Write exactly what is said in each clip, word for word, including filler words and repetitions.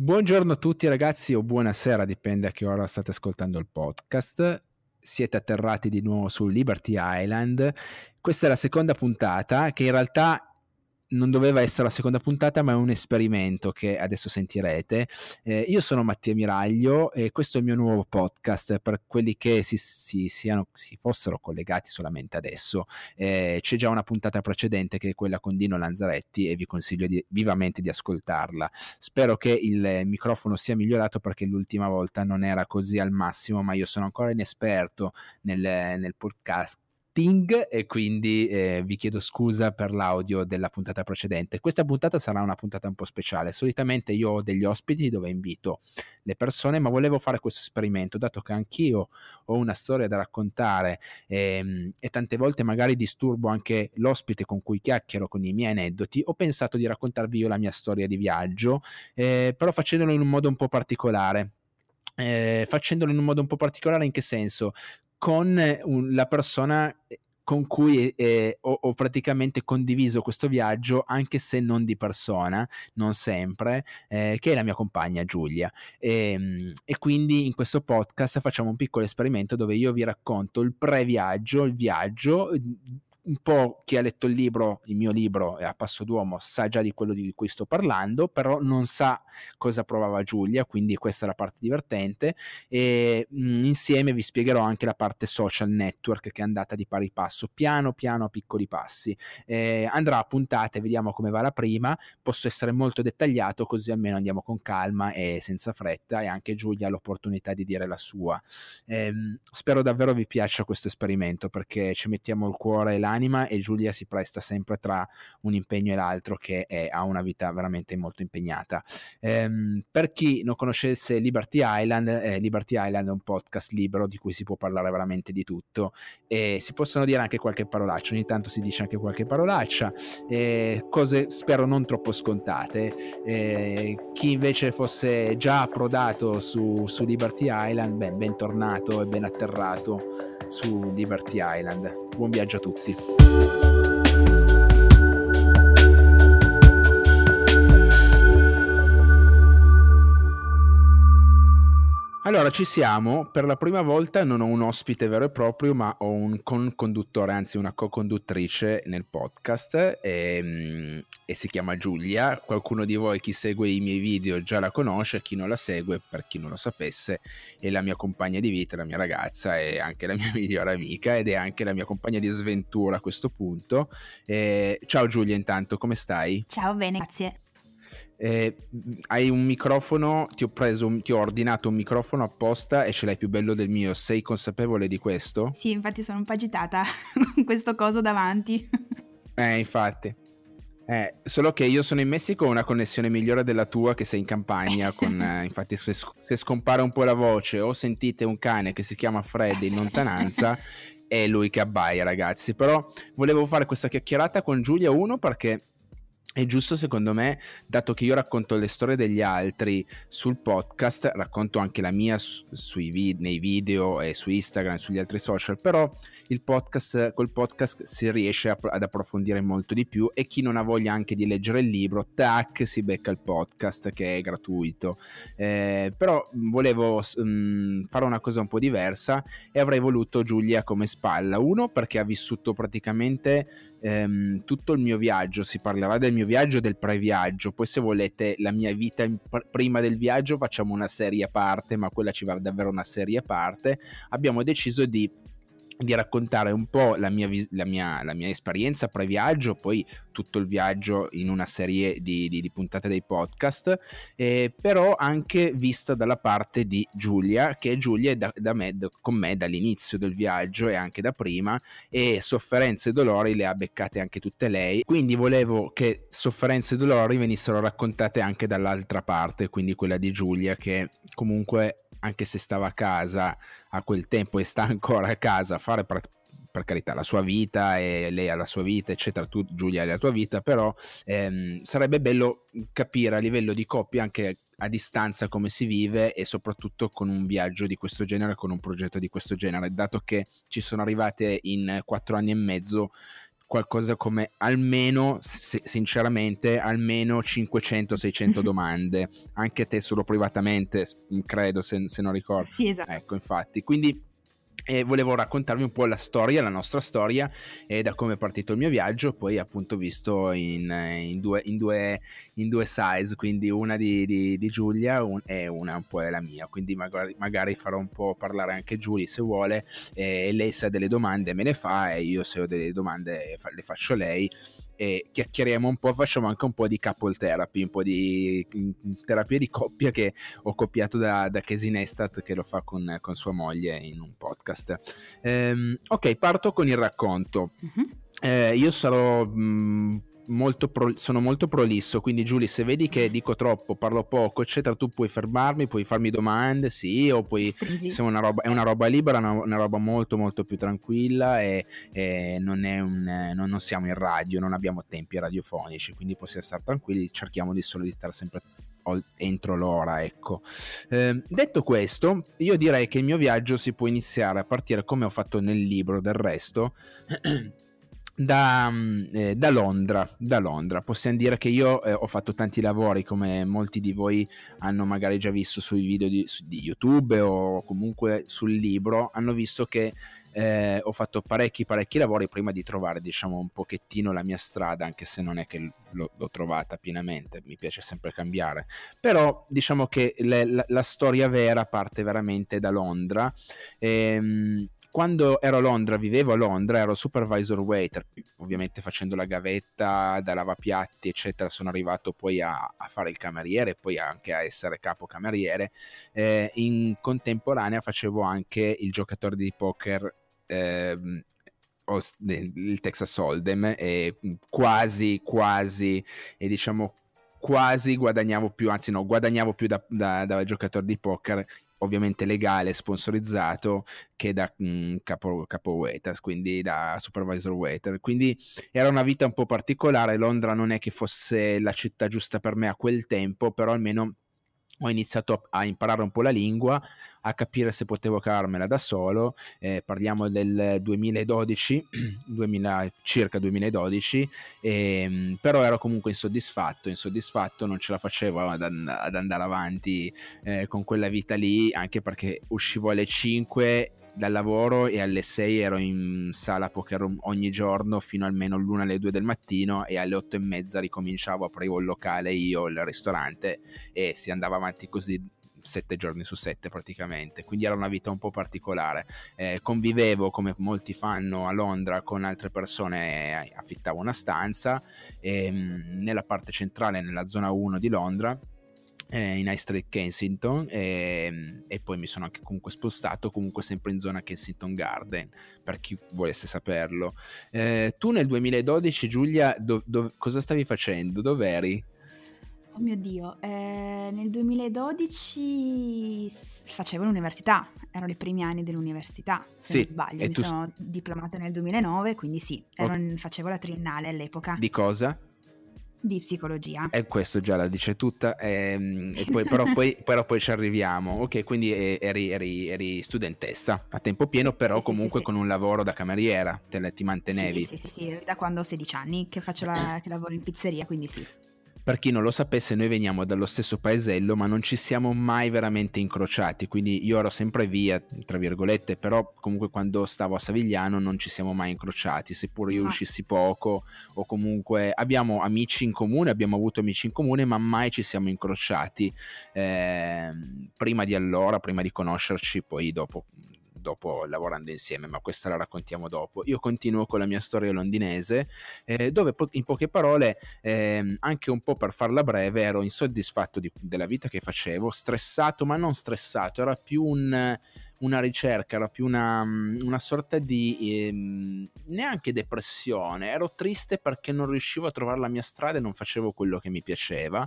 Buongiorno a tutti ragazzi, o buonasera, dipende a che ora state ascoltando il podcast. Siete atterrati di nuovo su Liberty Island. Questa è la seconda puntata, che in realtà non doveva essere la seconda puntata, ma è un esperimento che adesso sentirete. Eh, io sono Mattia Miraglio e questo è il mio nuovo podcast. Per quelli che si, si, siano, si fossero collegati solamente adesso, eh, c'è già una puntata precedente che è quella con Dino Lanzaretti e vi consiglio di, vivamente di ascoltarla. Spero che il microfono sia migliorato, perché l'ultima volta non era così al massimo, ma io sono ancora inesperto nel, nel podcast e quindi eh, vi chiedo scusa per l'audio della puntata precedente. Questa puntata sarà una puntata un po' speciale. Solitamente io ho degli ospiti dove invito le persone, ma volevo fare questo esperimento, dato che anch'io ho una storia da raccontare ehm, e tante volte magari disturbo anche l'ospite con cui chiacchiero con i miei aneddoti. Ho pensato di raccontarvi io la mia storia di viaggio, eh, però facendolo in un modo un po' particolare. Eh, facendolo in un modo un po' particolare in che senso? Con un, la persona con cui eh, ho, ho praticamente condiviso questo viaggio, anche se non di persona, non sempre, eh, che è la mia compagna Giulia. E, e quindi in questo podcast facciamo un piccolo esperimento dove io vi racconto il pre-viaggio, il viaggio. Un po' chi ha letto il libro, il mio libro A Passo d'Uomo, sa già di quello di cui sto parlando, però non sa cosa provava Giulia, quindi questa è la parte divertente. E mh, insieme vi spiegherò anche la parte social network, che è andata di pari passo, piano piano, a piccoli passi. Eh, andrà a puntate, vediamo come va la prima. Posso essere molto dettagliato, così almeno andiamo con calma e senza fretta, e anche Giulia ha l'opportunità di dire la sua. Eh, spero davvero vi piaccia questo esperimento, perché ci mettiamo il cuore e l'anima, e Giulia si presta sempre tra un impegno e l'altro, che è, ha una vita veramente molto impegnata. Um, per chi non conoscesse Liberty Island, eh, Liberty Island è un podcast libero di cui si può parlare veramente di tutto, e si possono dire anche qualche parolaccia, ogni tanto si dice anche qualche parolaccia, eh, cose spero non troppo scontate. Eh, chi invece fosse già approdato su, su Liberty Island, beh, bentornato e ben atterrato su Liberty Island. Buon viaggio a tutti. Allora, ci siamo. Per la prima volta non ho un ospite vero e proprio, ma ho un conduttore, anzi una co-conduttrice nel podcast, e, e si chiama Giulia. Qualcuno di voi, chi segue i miei video, già la conosce. Chi non la segue, per chi non lo sapesse, è la mia compagna di vita, la mia ragazza, è anche la mia migliore amica, ed è anche la mia compagna di sventura a questo punto. E, ciao Giulia, intanto, come stai? Ciao, bene, grazie. Eh, hai un microfono, ti ho preso, ti ho ordinato un microfono apposta e ce l'hai più bello del mio. Sei consapevole di questo? Sì, infatti sono un po' agitata con questo coso davanti. Eh, infatti. Eh, solo che io sono in Messico, ho una connessione migliore della tua, che sei in campagna. Con, eh, infatti se, se scompare un po' la voce o sentite un cane che si chiama Freddy in lontananza, è lui che abbaia, ragazzi. Però volevo fare questa chiacchierata con Giulia, uno perché è giusto, secondo me, dato che io racconto le storie degli altri sul podcast, racconto anche la mia su, sui vid- nei video e su Instagram e sugli altri social, però il podcast, col podcast si riesce a, ad approfondire molto di più, e chi non ha voglia anche di leggere il libro, tac, si becca il podcast, che è gratuito. Eh, però volevo um, fare una cosa un po' diversa, e avrei voluto Giulia come spalla. Uno, perché ha vissuto praticamente ehm, tutto il mio viaggio. Si parlerà del mio viaggio e del pre-viaggio, poi se volete la mia vita in pr- prima del viaggio facciamo una serie a parte, ma quella ci va davvero una serie a parte. Abbiamo deciso di di raccontare un po' la mia, la mia, la mia esperienza pre-viaggio, poi tutto il viaggio in una serie di, di, di puntate dei podcast, eh, però anche vista dalla parte di Giulia, che Giulia è da, da me, da, con me dall'inizio del viaggio e anche da prima, e sofferenze e dolori le ha beccate anche tutte lei, quindi volevo che sofferenze e dolori venissero raccontate anche dall'altra parte, quindi quella di Giulia, che comunque, anche se stava a casa a quel tempo e sta ancora a casa a fare, per, per carità, la sua vita, e lei ha la sua vita eccetera, tu Giulia hai la tua vita, però ehm, sarebbe bello capire a livello di coppia, anche a distanza, come si vive, e soprattutto con un viaggio di questo genere, con un progetto di questo genere, dato che ci sono arrivate in quattro anni e mezzo qualcosa come almeno, se, sinceramente, almeno cinquecento seicento domande, anche te solo privatamente, credo, se, se non ricordo. Sì, esatto. Ecco, infatti, quindi e volevo raccontarvi un po' la storia, la nostra storia, e da come è partito il mio viaggio, poi appunto visto in, in, due, in, due, in due size, quindi una di, di, di Giulia un, e una un po' è la mia, quindi magari, magari farò un po' parlare anche Giulia se vuole, e lei se ha delle domande me le fa e io se ho delle domande le faccio lei, e chiacchieriamo un po', facciamo anche un po' di couple therapy, un po' di terapia di coppia che ho copiato da, da Casey Neistat, che lo fa con, con sua moglie in un podcast. Ehm, ok, parto con il racconto. Uh-huh. Eh, io sarò mh, molto pro, sono molto prolisso, quindi Giulia, se vedi che dico troppo, parlo poco, eccetera, tu puoi fermarmi, puoi farmi domande, sì, o puoi, se una roba, è una roba libera, una, una roba molto molto più tranquilla, e, e non è un non, non siamo in radio, non abbiamo tempi radiofonici, quindi possiamo stare tranquilli, cerchiamo di solo di stare sempre entro l'ora, ecco. Eh, detto questo, io direi che il mio viaggio si può iniziare a partire, come ho fatto nel libro del resto, Da, eh, da Londra, da Londra. Possiamo dire che io eh, ho fatto tanti lavori, come molti di voi hanno magari già visto sui video di, su, di YouTube o comunque sul libro, hanno visto che eh, ho fatto parecchi parecchi lavori prima di trovare, diciamo, un pochettino la mia strada, anche se non è che l'ho, l'ho trovata pienamente, mi piace sempre cambiare, però diciamo che le, la, la storia vera parte veramente da Londra. ehm Quando ero a Londra, vivevo a Londra, ero supervisor waiter, ovviamente facendo la gavetta, da lavapiatti, eccetera. Sono arrivato poi a, a fare il cameriere, poi anche a essere capo cameriere. Eh, in contemporanea facevo anche il giocatore di poker, eh, il Texas Hold'em, e quasi, quasi, e diciamo quasi guadagnavo più, anzi no, guadagnavo più da, da, da giocatore di poker, ovviamente legale, sponsorizzato, che da mh, capo, capo waiter, quindi da supervisor waiter. Quindi era una vita un po' particolare. Londra non è che fosse la città giusta per me a quel tempo, però almeno ho iniziato a imparare un po' la lingua, a capire se potevo cavarmela da solo. Eh, parliamo del duemiladodici, duemila, circa duemiladodici, e, però ero comunque insoddisfatto, insoddisfatto, non ce la facevo ad, ad andare avanti eh, con quella vita lì, anche perché uscivo alle cinque dal lavoro e alle sei ero in sala poker ogni giorno fino almeno l'una alle due del mattino, e alle otto e mezza ricominciavo, aprivo il locale io, il ristorante, e si andava avanti così sette giorni su sette praticamente. Quindi era una vita un po' particolare. Eh, convivevo, come molti fanno a Londra, con altre persone, affittavo una stanza e, nella parte centrale, nella zona uno di Londra, in High Street Kensington, e, e poi mi sono anche comunque spostato, comunque sempre in zona Kensington Garden, per chi volesse saperlo. Eh, tu nel duemiladodici, Giulia, do, do, cosa stavi facendo? Dov'eri? Oh mio Dio, eh, nel duemiladodici facevo l'università, erano i primi anni dell'università, se sì, non sbaglio, mi tu... sono diplomata nel duemilanove, quindi sì, ero in, facevo la triennale all'epoca. Di cosa? Di psicologia. E questo già la dice tutta, e, e poi, però, poi, però poi ci arriviamo. Ok, quindi eri, eri, eri studentessa a tempo pieno, sì, però sì, comunque sì, con sì. un lavoro da cameriera, te, ti mantenevi? Sì, sì, sì, sì, da quando ho sedici anni che faccio la, che lavoro in pizzeria, quindi sì. Per chi non lo sapesse, noi veniamo dallo stesso paesello, ma non ci siamo mai veramente incrociati, quindi io ero sempre via, tra virgolette, però comunque quando stavo a Savigliano non ci siamo mai incrociati, seppur io No. uscissi poco, o comunque abbiamo amici in comune, abbiamo avuto amici in comune, ma mai ci siamo incrociati eh, prima di allora, prima di conoscerci, poi dopo... dopo lavorando insieme, ma questa la raccontiamo dopo. Io continuo con la mia storia londinese, eh, dove po- in poche parole, eh, anche un po' per farla breve, ero insoddisfatto di, della vita che facevo, stressato, ma non stressato, era più un, una ricerca, era più una, una sorta di ehm, neanche depressione, ero triste perché non riuscivo a trovare la mia strada e non facevo quello che mi piaceva.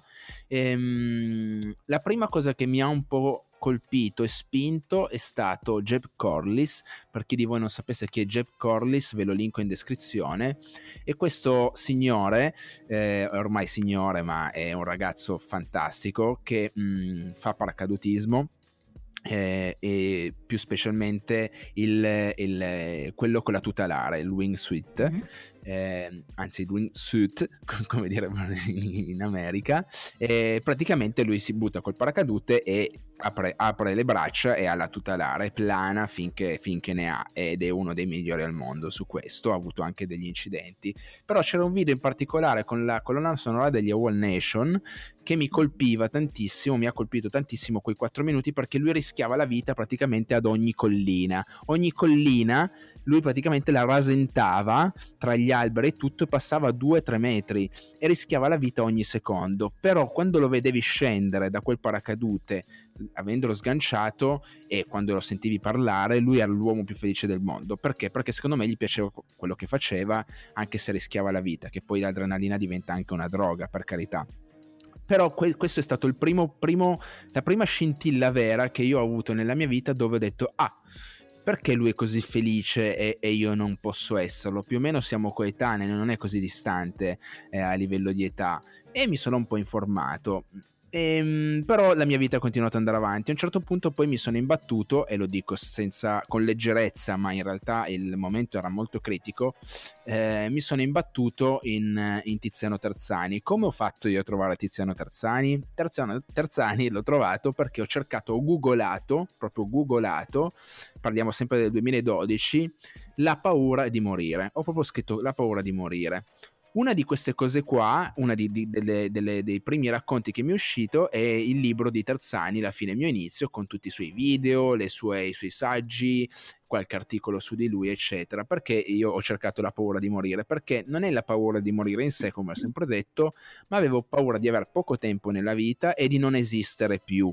Ehm, la prima cosa che mi ha un po' colpito e spinto è stato Jeb Corliss. Per chi di voi non sapesse chi è Jeb Corliss, ve lo linko in descrizione. E questo signore, eh, ormai signore, ma è un ragazzo fantastico che mh, fa paracadutismo. Eh, e più specialmente il, il, quello con la tuta alare, il wingsuit, mm-hmm. eh, anzi wingsuit, come direbbero in, in America, e praticamente lui si butta col paracadute e apre, apre le braccia e ha la tutelare, plana finché, finché ne ha, ed è uno dei migliori al mondo su questo. Ha avuto anche degli incidenti, però c'era un video in particolare con la colonna sonora degli All Nation che mi colpiva tantissimo, mi ha colpito tantissimo quei quattro minuti, perché lui rischiava la vita praticamente ad ogni collina. Ogni collina lui praticamente la rasentava tra gli alberi e tutto, e passava a due tre metri e rischiava la vita ogni secondo. Però quando lo vedevi scendere da quel paracadute, avendolo sganciato, e quando lo sentivi parlare, lui era l'uomo più felice del mondo. Perché? Perché secondo me gli piaceva quello che faceva, anche se rischiava la vita, che poi l'adrenalina diventa anche una droga, per carità. Però que- questo è stato il primo, primo, la prima scintilla vera che io ho avuto nella mia vita, dove ho detto: ah, perché lui è così felice e, e io non posso esserlo? Più o meno siamo coetanei, non è così distante eh, a livello di età. E mi sono un po' informato. Ehm, però la mia vita ha continuato ad andare avanti. A un certo punto poi mi sono imbattuto, e lo dico senza, con leggerezza, ma in realtà il momento era molto critico, eh, mi sono imbattuto in, in Tiziano Terzani. Come ho fatto io a trovare Tiziano Terzani? Tiziano Terzani l'ho trovato perché ho cercato, ho googolato, proprio googolato, parliamo sempre del duemiladodici, la paura di morire. Ho proprio scritto la paura di morire. Una di queste cose qua, una di, di, delle, delle, dei primi racconti che mi è uscito, è il libro di Terzani, La fine mio inizio, con tutti i suoi video, le sue, i suoi saggi, qualche articolo su di lui, eccetera. Perché io ho cercato la paura di morire? Perché non è la paura di morire in sé, come ho sempre detto, ma avevo paura di avere poco tempo nella vita e di non esistere più.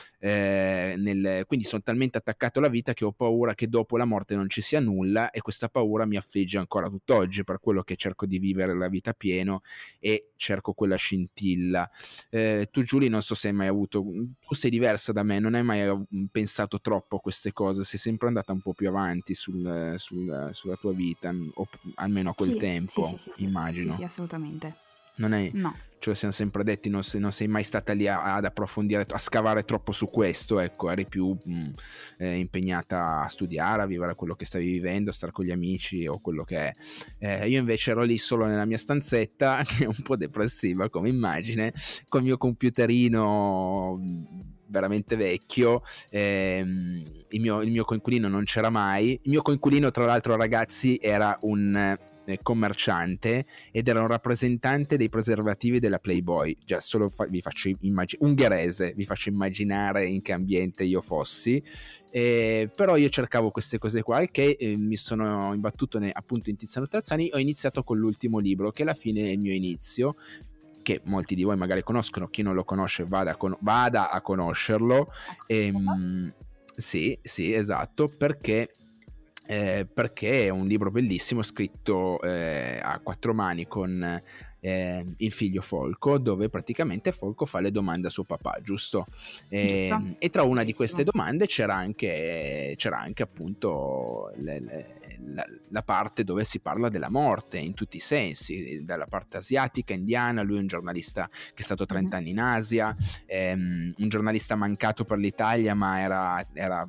Eh, nel, quindi sono talmente attaccato alla vita che ho paura che dopo la morte non ci sia nulla, e questa paura mi affligge ancora tutt'oggi, per quello che cerco di vivere la vita pieno e cerco quella scintilla. Eh, tu Giulia, non so se hai mai avuto, tu sei diversa da me, non hai mai pensato troppo a queste cose, sei sempre andata un po' più avanti sul, sul, sulla tua vita, o almeno a quel Sì, tempo, sì, sì, sì, sì, immagino. sì, sì, assolutamente. Non è, No. ce lo siamo sempre detti, non sei, non sei mai stata lì a, ad approfondire, a scavare troppo su questo, ecco, eri più mh, eh, impegnata a studiare, a vivere quello che stavi vivendo, a stare con gli amici o quello che è. Eh, io invece ero lì solo nella mia stanzetta, che è un po' depressiva come immagine, col mio computerino veramente vecchio. ehm, il, mio, il mio coinquilino non c'era mai. Il mio coinquilino, tra l'altro, ragazzi, era un commerciante ed era un rappresentante dei preservativi della Playboy. Già solo fa- vi faccio immaginare, ungherese, vi faccio immaginare in che ambiente io fossi. Eh, però io cercavo queste cose qua, che eh, mi sono imbattuto ne, appunto in Tiziano Terzani. Ho iniziato con l'ultimo libro, che alla fine è il mio inizio, che molti di voi magari conoscono. Chi non lo conosce vada a, con- vada a conoscerlo. Ehm, sì, sì, esatto, perché Eh, perché è un libro bellissimo, scritto eh, a quattro mani con eh, il figlio Folco, dove praticamente Folco fa le domande a suo papà, giusto? Giusto? E, e tra una di queste Verissimo. domande c'era anche, c'era anche appunto le, le, la, la parte dove si parla della morte in tutti i sensi, dalla parte asiatica, indiana. Lui è un giornalista che è stato trenta anni in Asia, ehm, un giornalista mancato per l'Italia, ma era, era,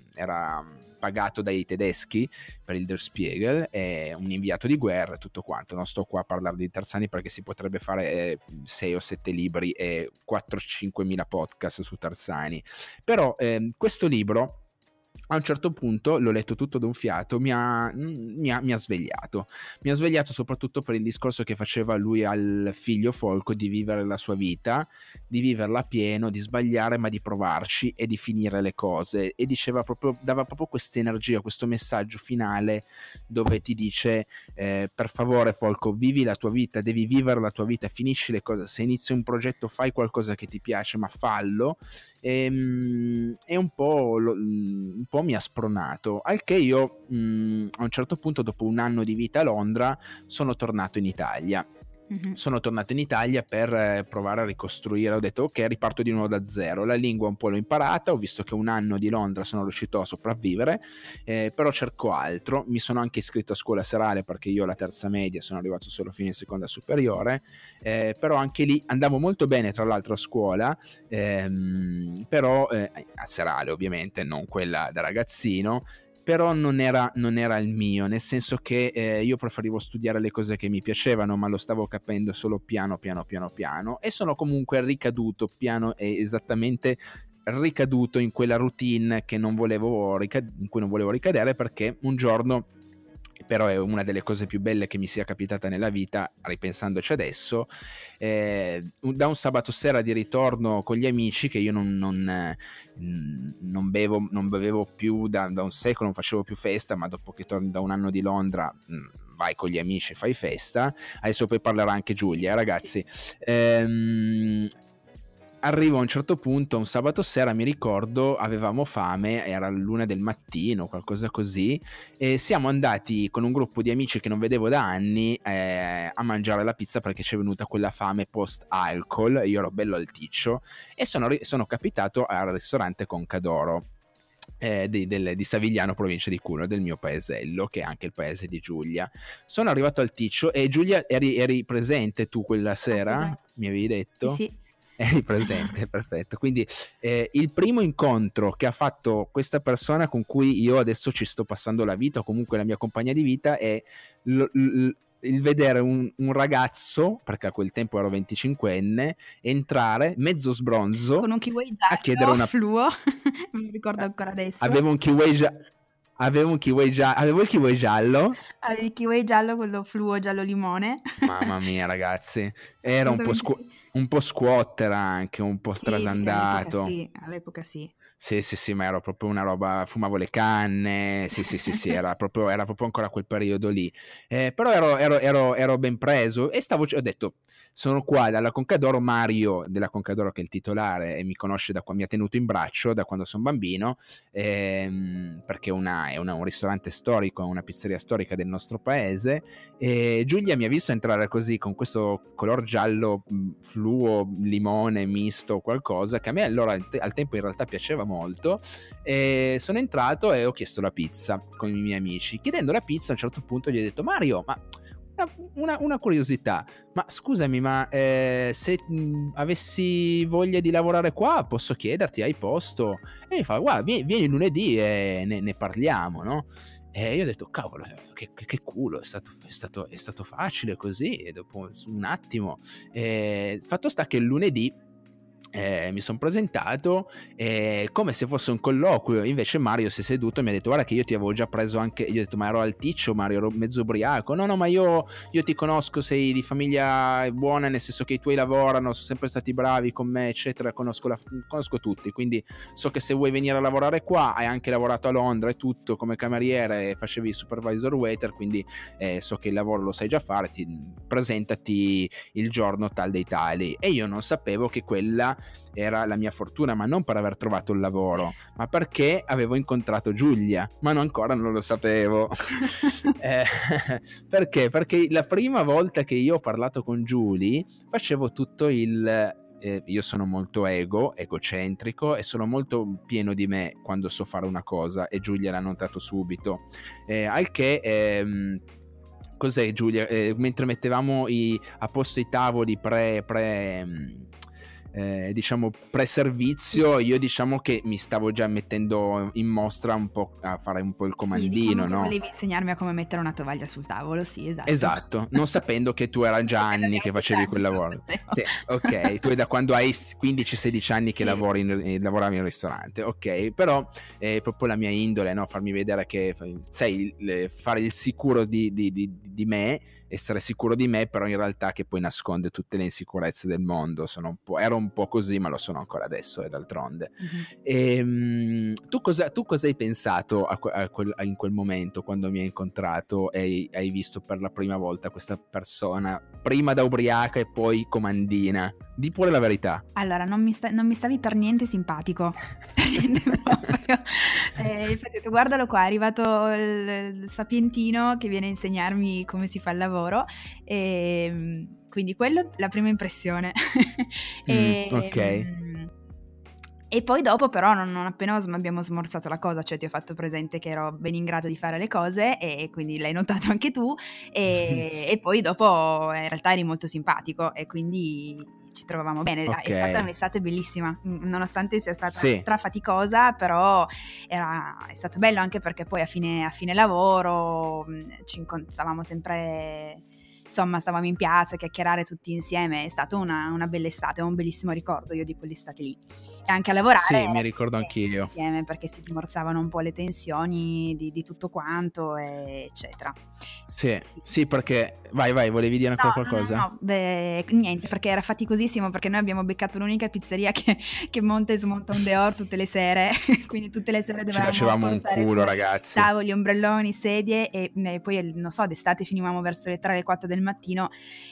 era pagato dai tedeschi per il Der Spiegel, è un inviato di guerra e tutto quanto. Non sto qua a parlare di Terzani perché si potrebbe fare sei o sette libri e quattro cinque mila podcast su Terzani. Però eh, questo libro, a un certo punto, l'ho letto tutto d'un fiato, mi ha, mi, ha, mi ha svegliato. Mi ha svegliato soprattutto per il discorso che faceva lui al figlio Folco di vivere la sua vita, di viverla pieno, di sbagliare ma di provarci e di finire le cose. E diceva proprio, dava proprio questa energia, questo messaggio finale dove ti dice eh, per favore Folco, vivi la tua vita, devi vivere la tua vita, finisci le cose. Se inizi un progetto, fai qualcosa che ti piace, ma fallo. E, e un po', lo, un po' mi ha spronato, al che io mh, a un certo punto, dopo un anno di vita a Londra, sono tornato in Italia. Mm-hmm. Sono tornato in Italia per eh, provare a ricostruire. Ho detto ok, riparto di nuovo da zero. La lingua un po' l'ho imparata, ho visto che un anno di Londra sono riuscito a sopravvivere, eh, però cerco altro. Mi sono anche iscritto a scuola serale perché io alla terza media sono arrivato solo fino in seconda superiore, eh, però anche lì andavo molto bene, tra l'altro a scuola, ehm, però eh, a serale ovviamente, non quella da ragazzino. però non era, non era il mio, nel senso che eh, io preferivo studiare le cose che mi piacevano, ma lo stavo capendo solo piano piano piano piano, e sono comunque ricaduto piano e esattamente ricaduto in quella routine che non volevo ricad- in cui non volevo ricadere, perché un giorno, però è una delle cose più belle che mi sia capitata nella vita, ripensandoci adesso, eh, da un sabato sera di ritorno con gli amici, che io non, non, eh, non, bevo, non bevevo più da, da un secolo, non facevo più festa, ma dopo che torni da un anno di Londra mh, vai con gli amici e fai festa. Adesso poi parlerà anche Giulia, eh, ragazzi. Ehm, Arrivo a un certo punto, un sabato sera, mi ricordo, avevamo fame, era l'una del mattino, qualcosa così, e siamo andati con un gruppo di amici che non vedevo da anni eh, a mangiare la pizza, perché ci è venuta quella fame post-alcol, io ero bello alticcio, e sono, sono capitato al ristorante Concadoro. Eh, di, del, di Savigliano, provincia di Cuneo, del mio paesello, che è anche il paese di Giulia. Sono arrivato al Ticcio e Giulia, eri, eri presente tu quella sera? Mi avevi detto? Sì, sì. Eri presente, perfetto. Quindi eh, il primo incontro che ha fatto questa persona con cui io adesso ci sto passando la vita, o comunque la mia compagna di vita, è l- l- il vedere un, un ragazzo, perché a quel tempo ero venticinquenne, entrare mezzo sbronzo con un kiwi a chiedere giallo una... fluo, me lo ricordo ancora adesso. Avevo un kiwi giallo. Avevo un kiwi giallo. Avevo il kiwi giallo. Avevi il kiwi giallo, quello fluo giallo limone. Mamma mia, ragazzi. Era un po', scu- Sì. un po' squatter anche, un po' Sì, sì, all'epoca strasandato. sì, all'epoca sì. Sì, sì, sì, ma era proprio una roba, fumavo le canne, sì, sì, sì, sì, era proprio, era proprio ancora quel periodo lì. Eh, però ero, ero, ero, ero ben preso e stavo, ho detto, sono qua dalla Concadoro, Mario della Concadoro, che è il titolare e mi conosce da quando mi ha tenuto in braccio da quando sono bambino, ehm, perché una, è una, un ristorante storico, una pizzeria storica del nostro paese, e Giulia mi ha visto entrare così con questo color giallo fluo, limone, misto, qualcosa che a me allora al tempo in realtà piaceva molto, e sono entrato e ho chiesto la pizza con i miei amici. Chiedendo la pizza, a un certo punto gli ho detto: Mario, ma una, una, una curiosità, ma scusami, ma eh, se mh, avessi voglia di lavorare qua, posso chiederti, hai posto? E mi fa: guarda, vieni, vieni lunedì e ne, ne parliamo, no? E io ho detto: cavolo, che, che, che culo, è stato, è, stato, è stato facile così. E dopo un attimo, eh, fatto sta che il lunedì Eh, mi sono presentato eh, come se fosse un colloquio. Invece Mario si è seduto e mi ha detto: guarda che io ti avevo già preso anche. Io ho detto: ma ero al Ticcio, Mario, ero mezzo ubriaco. No, no, ma io, io ti conosco, sei di famiglia buona, nel senso che i tuoi lavorano, sono sempre stati bravi con me, eccetera, conosco, la, conosco tutti, quindi so che se vuoi venire a lavorare qua, hai anche lavorato a Londra e tutto come cameriere, facevi supervisor waiter, quindi eh, so che il lavoro lo sai già fare, ti, presentati il giorno tal dei tali. E io non sapevo che quella era la mia fortuna, ma non per aver trovato il lavoro, ma perché avevo incontrato Giulia, ma non, ancora non lo sapevo. eh, perché? Perché la prima volta che io ho parlato con Giulia facevo tutto il... Eh, io sono molto ego, egocentrico, e sono molto pieno di me quando so fare una cosa, e Giulia l'ha notato subito. Eh, al che... Ehm, cos'è, Giulia? Eh, mentre mettevamo i, a posto i tavoli pre... pre Eh, diciamo pre-servizio, io diciamo che mi stavo già mettendo in mostra un po', a fare un po' il comandino, sì, diciamo che no? volevi insegnarmi a come mettere una tovaglia sul tavolo, sì, esatto. Esatto, non sapendo che tu era già anni che facevi quel lavoro. Sì, ok, tu è da quando hai quindici sedici anni che sì. lavori in, lavoravi in ristorante, ok, però è proprio la mia indole, no? Farmi vedere che, sai, fare il sicuro di, di, di, di me, essere sicuro di me, però in realtà che poi nasconde tutte le insicurezze del mondo. Sono un po', ero un po' così, ma lo sono ancora adesso, e d'altronde. Mm-hmm. E, um, tu, cosa, tu cosa hai pensato a, a quel, a in quel momento, quando mi hai incontrato e hai, hai visto per la prima volta questa persona, prima da ubriaca e poi comandina? Di pure la verità. Allora, non mi, sta, non mi stavi per niente simpatico, per niente proprio. Eh, infatti, tu guardalo qua, è arrivato il, il sapientino che viene a insegnarmi come si fa il lavoro, e quindi quello è la prima impressione. e, mm, ok. E poi dopo però, non, non appena abbiamo smorzato la cosa, cioè ti ho fatto presente che ero ben in grado di fare le cose, e quindi l'hai notato anche tu, e, e poi dopo in realtà eri molto simpatico, e quindi ci trovavamo bene. Ok. È stata un'estate bellissima, nonostante sia stata Sì. strafaticosa, però era, è stato bello anche perché poi a fine, a fine lavoro mh, ci incontravamo sempre, insomma stavamo in piazza a chiacchierare tutti insieme. È stata una, una bella estate, ho un bellissimo ricordo io di quell'estate lì. E anche a lavorare Sì, era mi ricordo anch'io. insieme, perché si smorzavano un po' le tensioni di, di tutto quanto, e eccetera. Sì, sì, perché vai, vai, volevi dire ancora No, no, qualcosa? no, no, beh, niente, perché era faticosissimo, perché noi abbiamo beccato l'unica pizzeria che, che monta e smonta un dehors tutte le sere, quindi tutte le sere Ci dovevamo facevamo un portare culo, fuori ragazzi. tavoli, ombrelloni, sedie, e, e poi, non so, d'estate finivamo verso le tre, le quattro del mattino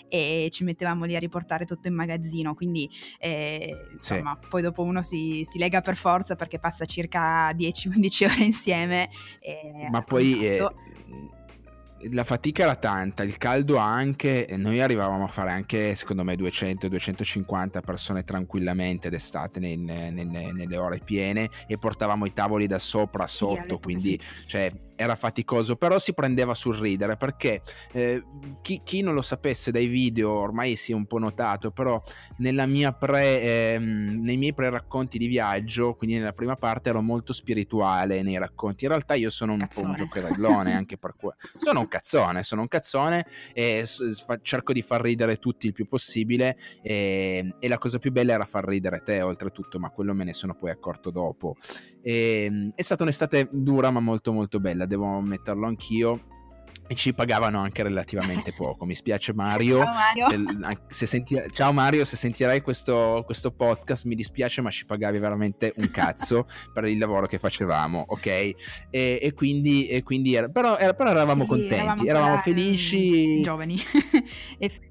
e ci mettevamo lì a riportare tutto in magazzino, quindi eh, Sì. insomma, poi dopo uno si, si lega per forza, perché passa circa dieci undici ore insieme e Ma a poi eh, contatto. la fatica era tanta, il caldo anche, e noi arrivavamo a fare anche secondo me duecento duecentocinquanta persone tranquillamente d'estate nei- nei- nei- nelle ore piene, e portavamo i tavoli da sopra a Sì, sotto, all'epoca quindi sì. cioè, era faticoso, però si prendeva sul ridere, perché eh, chi, chi non lo sapesse dai video ormai si è un po' notato, però nella mia pre, ehm, nei miei pre-racconti di viaggio, quindi nella prima parte, ero molto spirituale nei racconti. In realtà io sono un Cazzone. po' un giocherellone, anche per quello. Sono un cazzone, sono un cazzone e s- fa- cerco di far ridere tutti il più possibile, e, e la cosa più bella era far ridere te, oltretutto, ma quello me ne sono poi accorto dopo. E, è stata un'estate dura ma molto molto bella, devo ammetterlo anch'io. E ci pagavano anche relativamente poco. Mi spiace Mario. Ciao Mario. Per, se senti, ciao Mario, se sentirai questo, questo podcast, mi dispiace, ma ci pagavi veramente un cazzo per il lavoro che facevamo, ok? E, e quindi, e quindi era, però, era, però eravamo Sì, contenti, eravamo eravamo ancora felici. ehm, giovani. E f-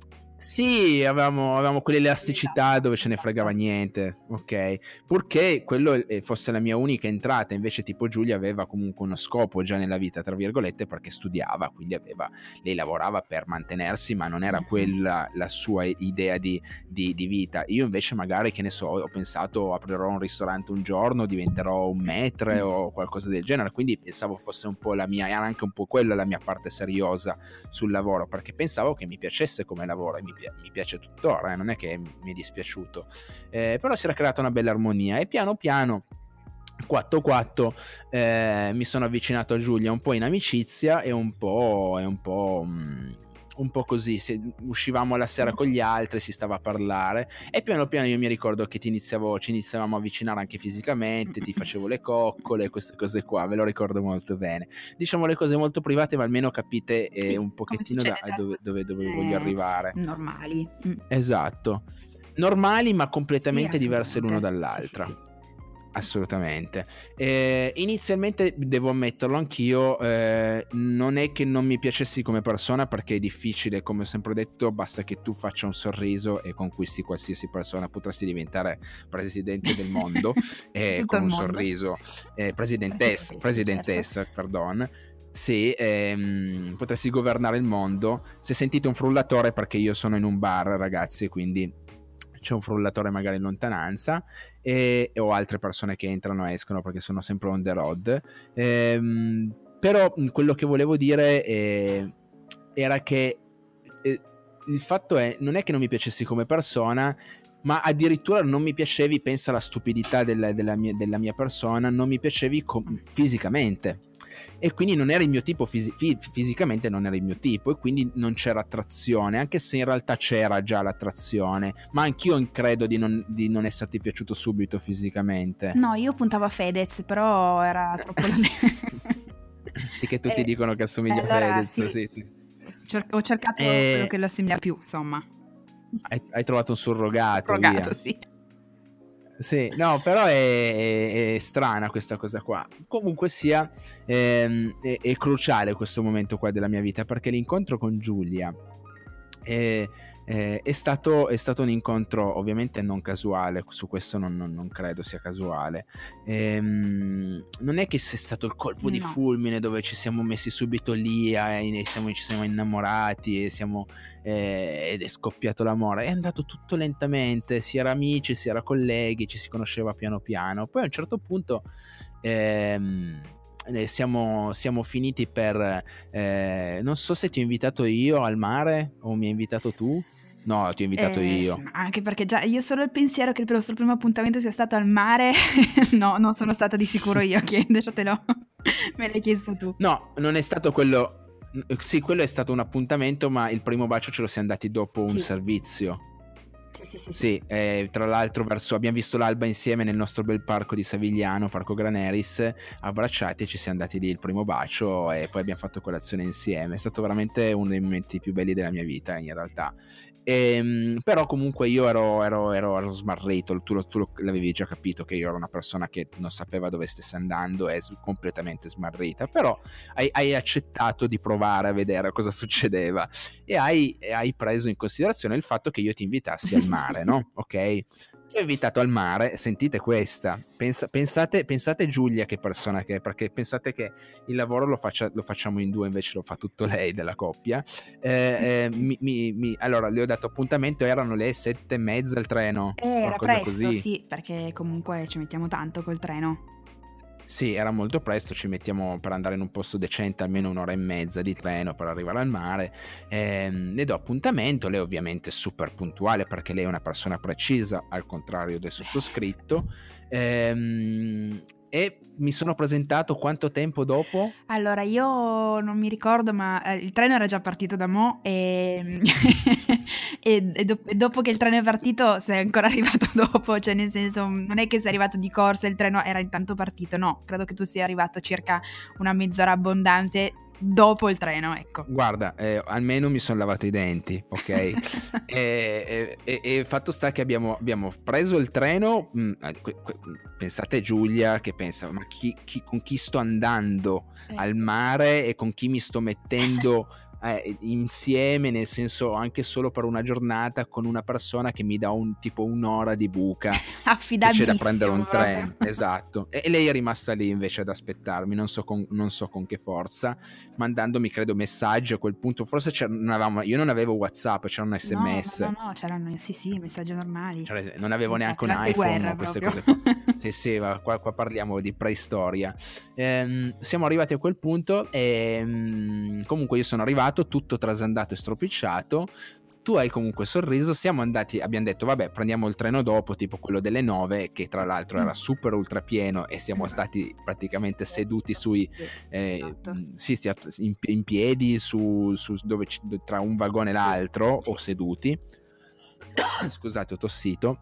Sì, avevamo, avevamo quell'elasticità esatto, dove ce ne fregava esatto. niente, ok? Purché quello eh, fosse la mia unica entrata, invece tipo Giulia aveva comunque uno scopo già nella vita, tra virgolette, perché studiava, quindi aveva, lei lavorava per mantenersi, ma non era Mhm. quella la sua idea di, di, di vita. Io invece magari, che ne so, ho pensato aprirò un ristorante un giorno, diventerò un maître o qualcosa del genere, quindi pensavo fosse un po' la mia, era anche un po' quella la mia parte seriosa sul lavoro, perché pensavo che mi piacesse come lavoro, e mi, pi- mi piace tuttora, eh, non è che mi è dispiaciuto, eh, però si era creata una bella armonia, e piano piano quattro quattro eh, mi sono avvicinato a Giulia un po' in amicizia e un po', e un po' mh, un po' così, se uscivamo la sera con gli altri, si stava a parlare, e piano piano io mi ricordo che ti iniziavo, ci iniziavamo a avvicinare anche fisicamente, ti facevo le coccole, queste cose qua, ve lo ricordo molto bene. Diciamo le cose molto private, ma almeno capite eh, Sì, un come pochettino da succede tra dove, dove, dove voglio persone arrivare. normali. Mm. Esatto, normali ma Sì, completamente diverse l'uno assolutamente. Sì, sì, dall'altra. sì. Assolutamente. Eh, inizialmente devo ammetterlo anch'io, eh, non è che non mi piacessi come persona, perché è difficile, come ho sempre detto, basta che tu faccia un sorriso e conquisti qualsiasi persona, potresti diventare presidente del mondo eh, Tutto con il un mondo. sorriso, eh, presidentessa, Sì, presidentessa, certo. pardon. Sì, ehm, potresti governare il mondo. Se sentite un frullatore, perché io sono in un bar, ragazzi, quindi c'è un frullatore magari in lontananza, e, o altre persone che entrano e escono perché sono sempre on the road. Ehm, però quello che volevo dire è, era che eh, il fatto è, non è che non mi piacessi come persona, ma addirittura non mi piacevi, pensa alla stupidità della, della, mia, della mia persona, non mi piacevi com- fisicamente, e quindi non era il mio tipo fisi- fi- fisicamente non era il mio tipo, e quindi non c'era attrazione, anche se in realtà c'era già l'attrazione, ma anch'io credo di non, di non esserti piaciuto subito fisicamente. No, io puntavo a Fedez, però era troppo la Sì, che tutti e, dicono che e assomiglia a allora Fedez, sì, sì, sì. cer- ho cercato quello E che lo assomiglia più, insomma. hai, hai trovato un surrogato, via. Rogato, sì. Sì, no, però è, è, è strana questa cosa qua. Comunque sia, ehm, è, è cruciale questo momento qua della mia vita, perché l'incontro con Giulia è, è, è, stato, è stato un incontro ovviamente non casuale, su questo non, non, non credo sia casuale. Ehm, non è che sia stato il colpo di No. fulmine dove ci siamo messi subito lì e siamo, ci siamo innamorati e siamo, eh, ed è scoppiato l'amore. È andato tutto lentamente, si era amici, si era colleghi, ci si conosceva piano piano. Poi a un certo punto ehm, siamo, siamo finiti per eh, non so se ti ho invitato io al mare o mi hai invitato tu. No, ti ho invitato Eh, io. sì, anche perché già io solo il pensiero che il nostro primo appuntamento sia stato al mare, no, non sono stata di sicuro io a chiedertelo, me l'hai chiesto tu. No, non è stato quello. Sì, quello è stato un appuntamento, ma il primo bacio ce lo siamo dati dopo un Sì. servizio. Sì, sì, sì. sì. Sì, eh, tra l'altro verso, abbiamo visto l'alba insieme nel nostro bel parco di Savigliano, Parco Graneris, abbracciati, e ci siamo dati lì il primo bacio e poi abbiamo fatto colazione insieme. È stato veramente uno dei momenti più belli della mia vita, in realtà. E, però comunque io ero, ero, ero, ero smarrito, tu, lo, tu lo, l'avevi già capito che io ero una persona che non sapeva dove stesse andando e completamente smarrita, però hai, hai accettato di provare a vedere cosa succedeva e hai, e hai preso in considerazione il fatto che io ti invitassi al mare, no? Ok? Ti ho invitato al mare, sentite questa, Pensa, pensate, pensate Giulia che persona che è, perché pensate che il lavoro lo, faccia, lo facciamo in due, invece lo fa tutto lei della coppia. Eh, eh, mi, mi, mi, allora le ho dato appuntamento, erano le sette e mezza il treno, Eh, era qualcosa presto, così. sì, perché comunque ci mettiamo tanto col treno. Sì, era molto presto, ci mettiamo per andare in un posto decente almeno un'ora e mezza di treno per arrivare al mare. Ehm, le do appuntamento, lei ovviamente è super puntuale perché lei è una persona precisa, al contrario del sottoscritto. Ehm, e mi sono presentato quanto tempo dopo? Allora, io non mi ricordo, ma eh, il treno era già partito da mo' e, e, e do- e dopo che il treno è partito sei ancora arrivato dopo, cioè nel senso non è che sei arrivato di corsa e il treno era intanto partito, no, credo che tu sia arrivato circa una mezz'ora abbondante dopo il treno, ecco. Guarda, eh, almeno mi sono lavato i denti, ok? e, e, e, e fatto sta che abbiamo, abbiamo preso il treno, mh, que, que, pensate Giulia che pensa, ma chi, chi, con chi sto andando Eh. al mare e con chi mi sto mettendo eh, insieme, nel senso anche solo per una giornata con una persona che mi dà un tipo un'ora di buca che c'è da prendere un treno, esatto, e, e lei è rimasta lì invece ad aspettarmi, non so con, non so con che forza, mandandomi credo messaggi a quel punto, forse non avevamo, io non avevo WhatsApp, c'era un sms, no no no c'erano sì sì messaggi normali, cioè, non avevo esatto, neanche un iPhone, queste cose qua. sì sì qua, qua parliamo di preistoria. Ehm, siamo arrivati a quel punto e um, comunque io sono arrivato tutto trasandato e stropicciato. Tu hai comunque sorriso, siamo andati, abbiamo detto vabbè prendiamo il treno dopo, tipo quello delle nove, che tra l'altro era super ultra pieno e siamo stati praticamente seduti sui eh, esatto. sì, in, in piedi su, su dove tra un vagone e l'altro o seduti. Scusate, ho tossito.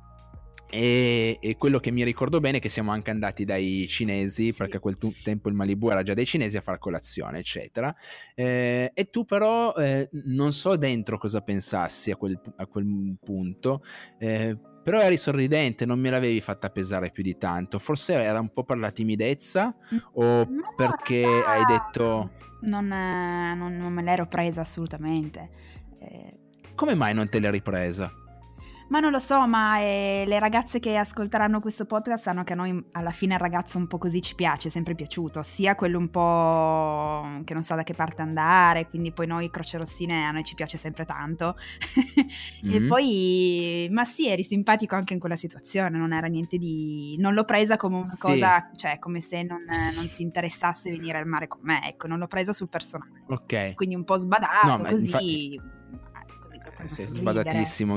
E, e quello che mi ricordo bene è che siamo anche andati dai cinesi, sì, perché a quel t- tempo il Malibu era già dai cinesi, a far colazione eccetera, eh, e tu però eh, non so dentro cosa pensassi a quel, a quel punto, eh, però eri sorridente, non me l'avevi fatta pesare più di tanto, forse era un po' per la timidezza o no, perché hai detto non, non, non me l'ero presa assolutamente. eh... come mai non te l'hai ripresa? Ma non lo so, ma eh, le ragazze che ascolteranno questo podcast sanno che a noi alla fine il ragazzo un po' così ci piace, è sempre piaciuto, sia quello un po' che non sa da che parte andare, quindi poi noi crocerossine a noi ci piace sempre tanto. mm. E poi, ma sì, eri simpatico anche in quella situazione, non era niente di... non l'ho presa come una sì. cosa, cioè come se non, non ti interessasse venire al mare con me, ecco, non l'ho presa sul personale. Ok. Quindi un po' sbadato, no, così... Infatti... sei sbadatissimo.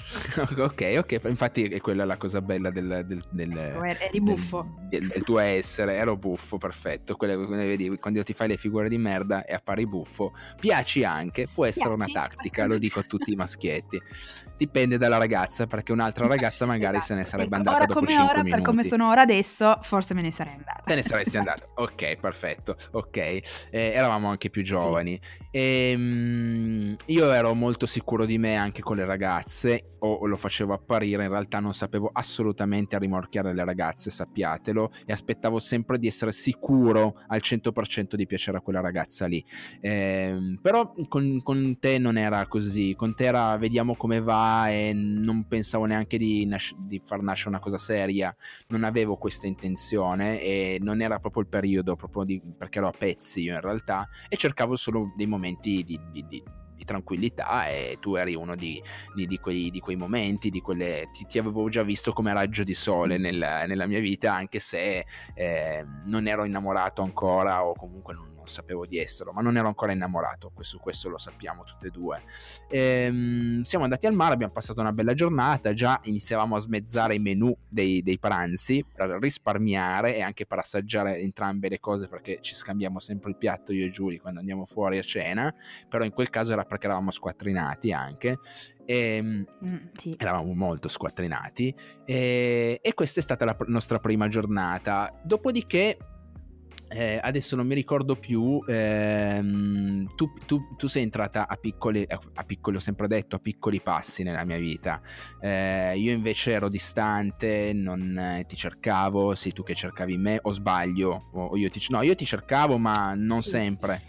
ok ok infatti è quella la cosa bella del, del, del, eri buffo del, del tuo essere, ero buffo, perfetto. Quelle, vedi, quando ti fai le figure di merda e appari buffo, piaci anche, può essere Piaci, una tattica, lo dico a tutti i maschietti, dipende dalla ragazza, perché un'altra ragazza magari esatto. se ne sarebbe ecco, andata dopo cinque ora, minuti. Per come sono ora adesso forse me ne sarei andata, te ne saresti andata, ok, perfetto, ok, eh, eravamo anche più giovani, sì. E, um, io ero molto sicuro di me anche con le ragazze, o, o lo facevo apparire, in realtà non sapevo assolutamente rimorchiare le ragazze, sappiatelo, e aspettavo sempre di essere sicuro al cento per cento di piacere a quella ragazza lì, eh, però con, con te non era così, con te era vediamo come va, e non pensavo neanche di, nas- di far nascere una cosa seria, non avevo questa intenzione e non era proprio il periodo, proprio di, perché ero a pezzi io in realtà, e cercavo solo dei momenti di, di, di, di tranquillità, e tu eri uno di, di, di, quei, di quei momenti, di quelle, ti, ti avevo già visto come raggio di sole nella, nella mia vita, anche se eh, non ero innamorato ancora, o comunque non, non sapevo di esserlo, ma non ero ancora innamorato, questo, questo lo sappiamo tutte e due. Ehm, siamo andati al mare, abbiamo passato una bella giornata, già iniziavamo a smezzare i menù dei, dei pranzi per risparmiare e anche per assaggiare entrambe le cose, perché ci scambiamo sempre il piatto io e Giulia quando andiamo fuori a cena, però in quel caso era perché eravamo squattrinati anche. E, mm, sì. Eravamo molto squattrinati e, e questa è stata la pr- nostra prima giornata. Dopodiché eh, adesso non mi ricordo più, ehm, tu, tu, tu sei entrata a piccoli, a piccoli, ho sempre detto, a piccoli passi nella mia vita. Eh, io invece ero distante, non eh, ti cercavo, sei tu che cercavi me, o sbaglio? O, o io ti, no, io ti cercavo, ma non sì. sempre.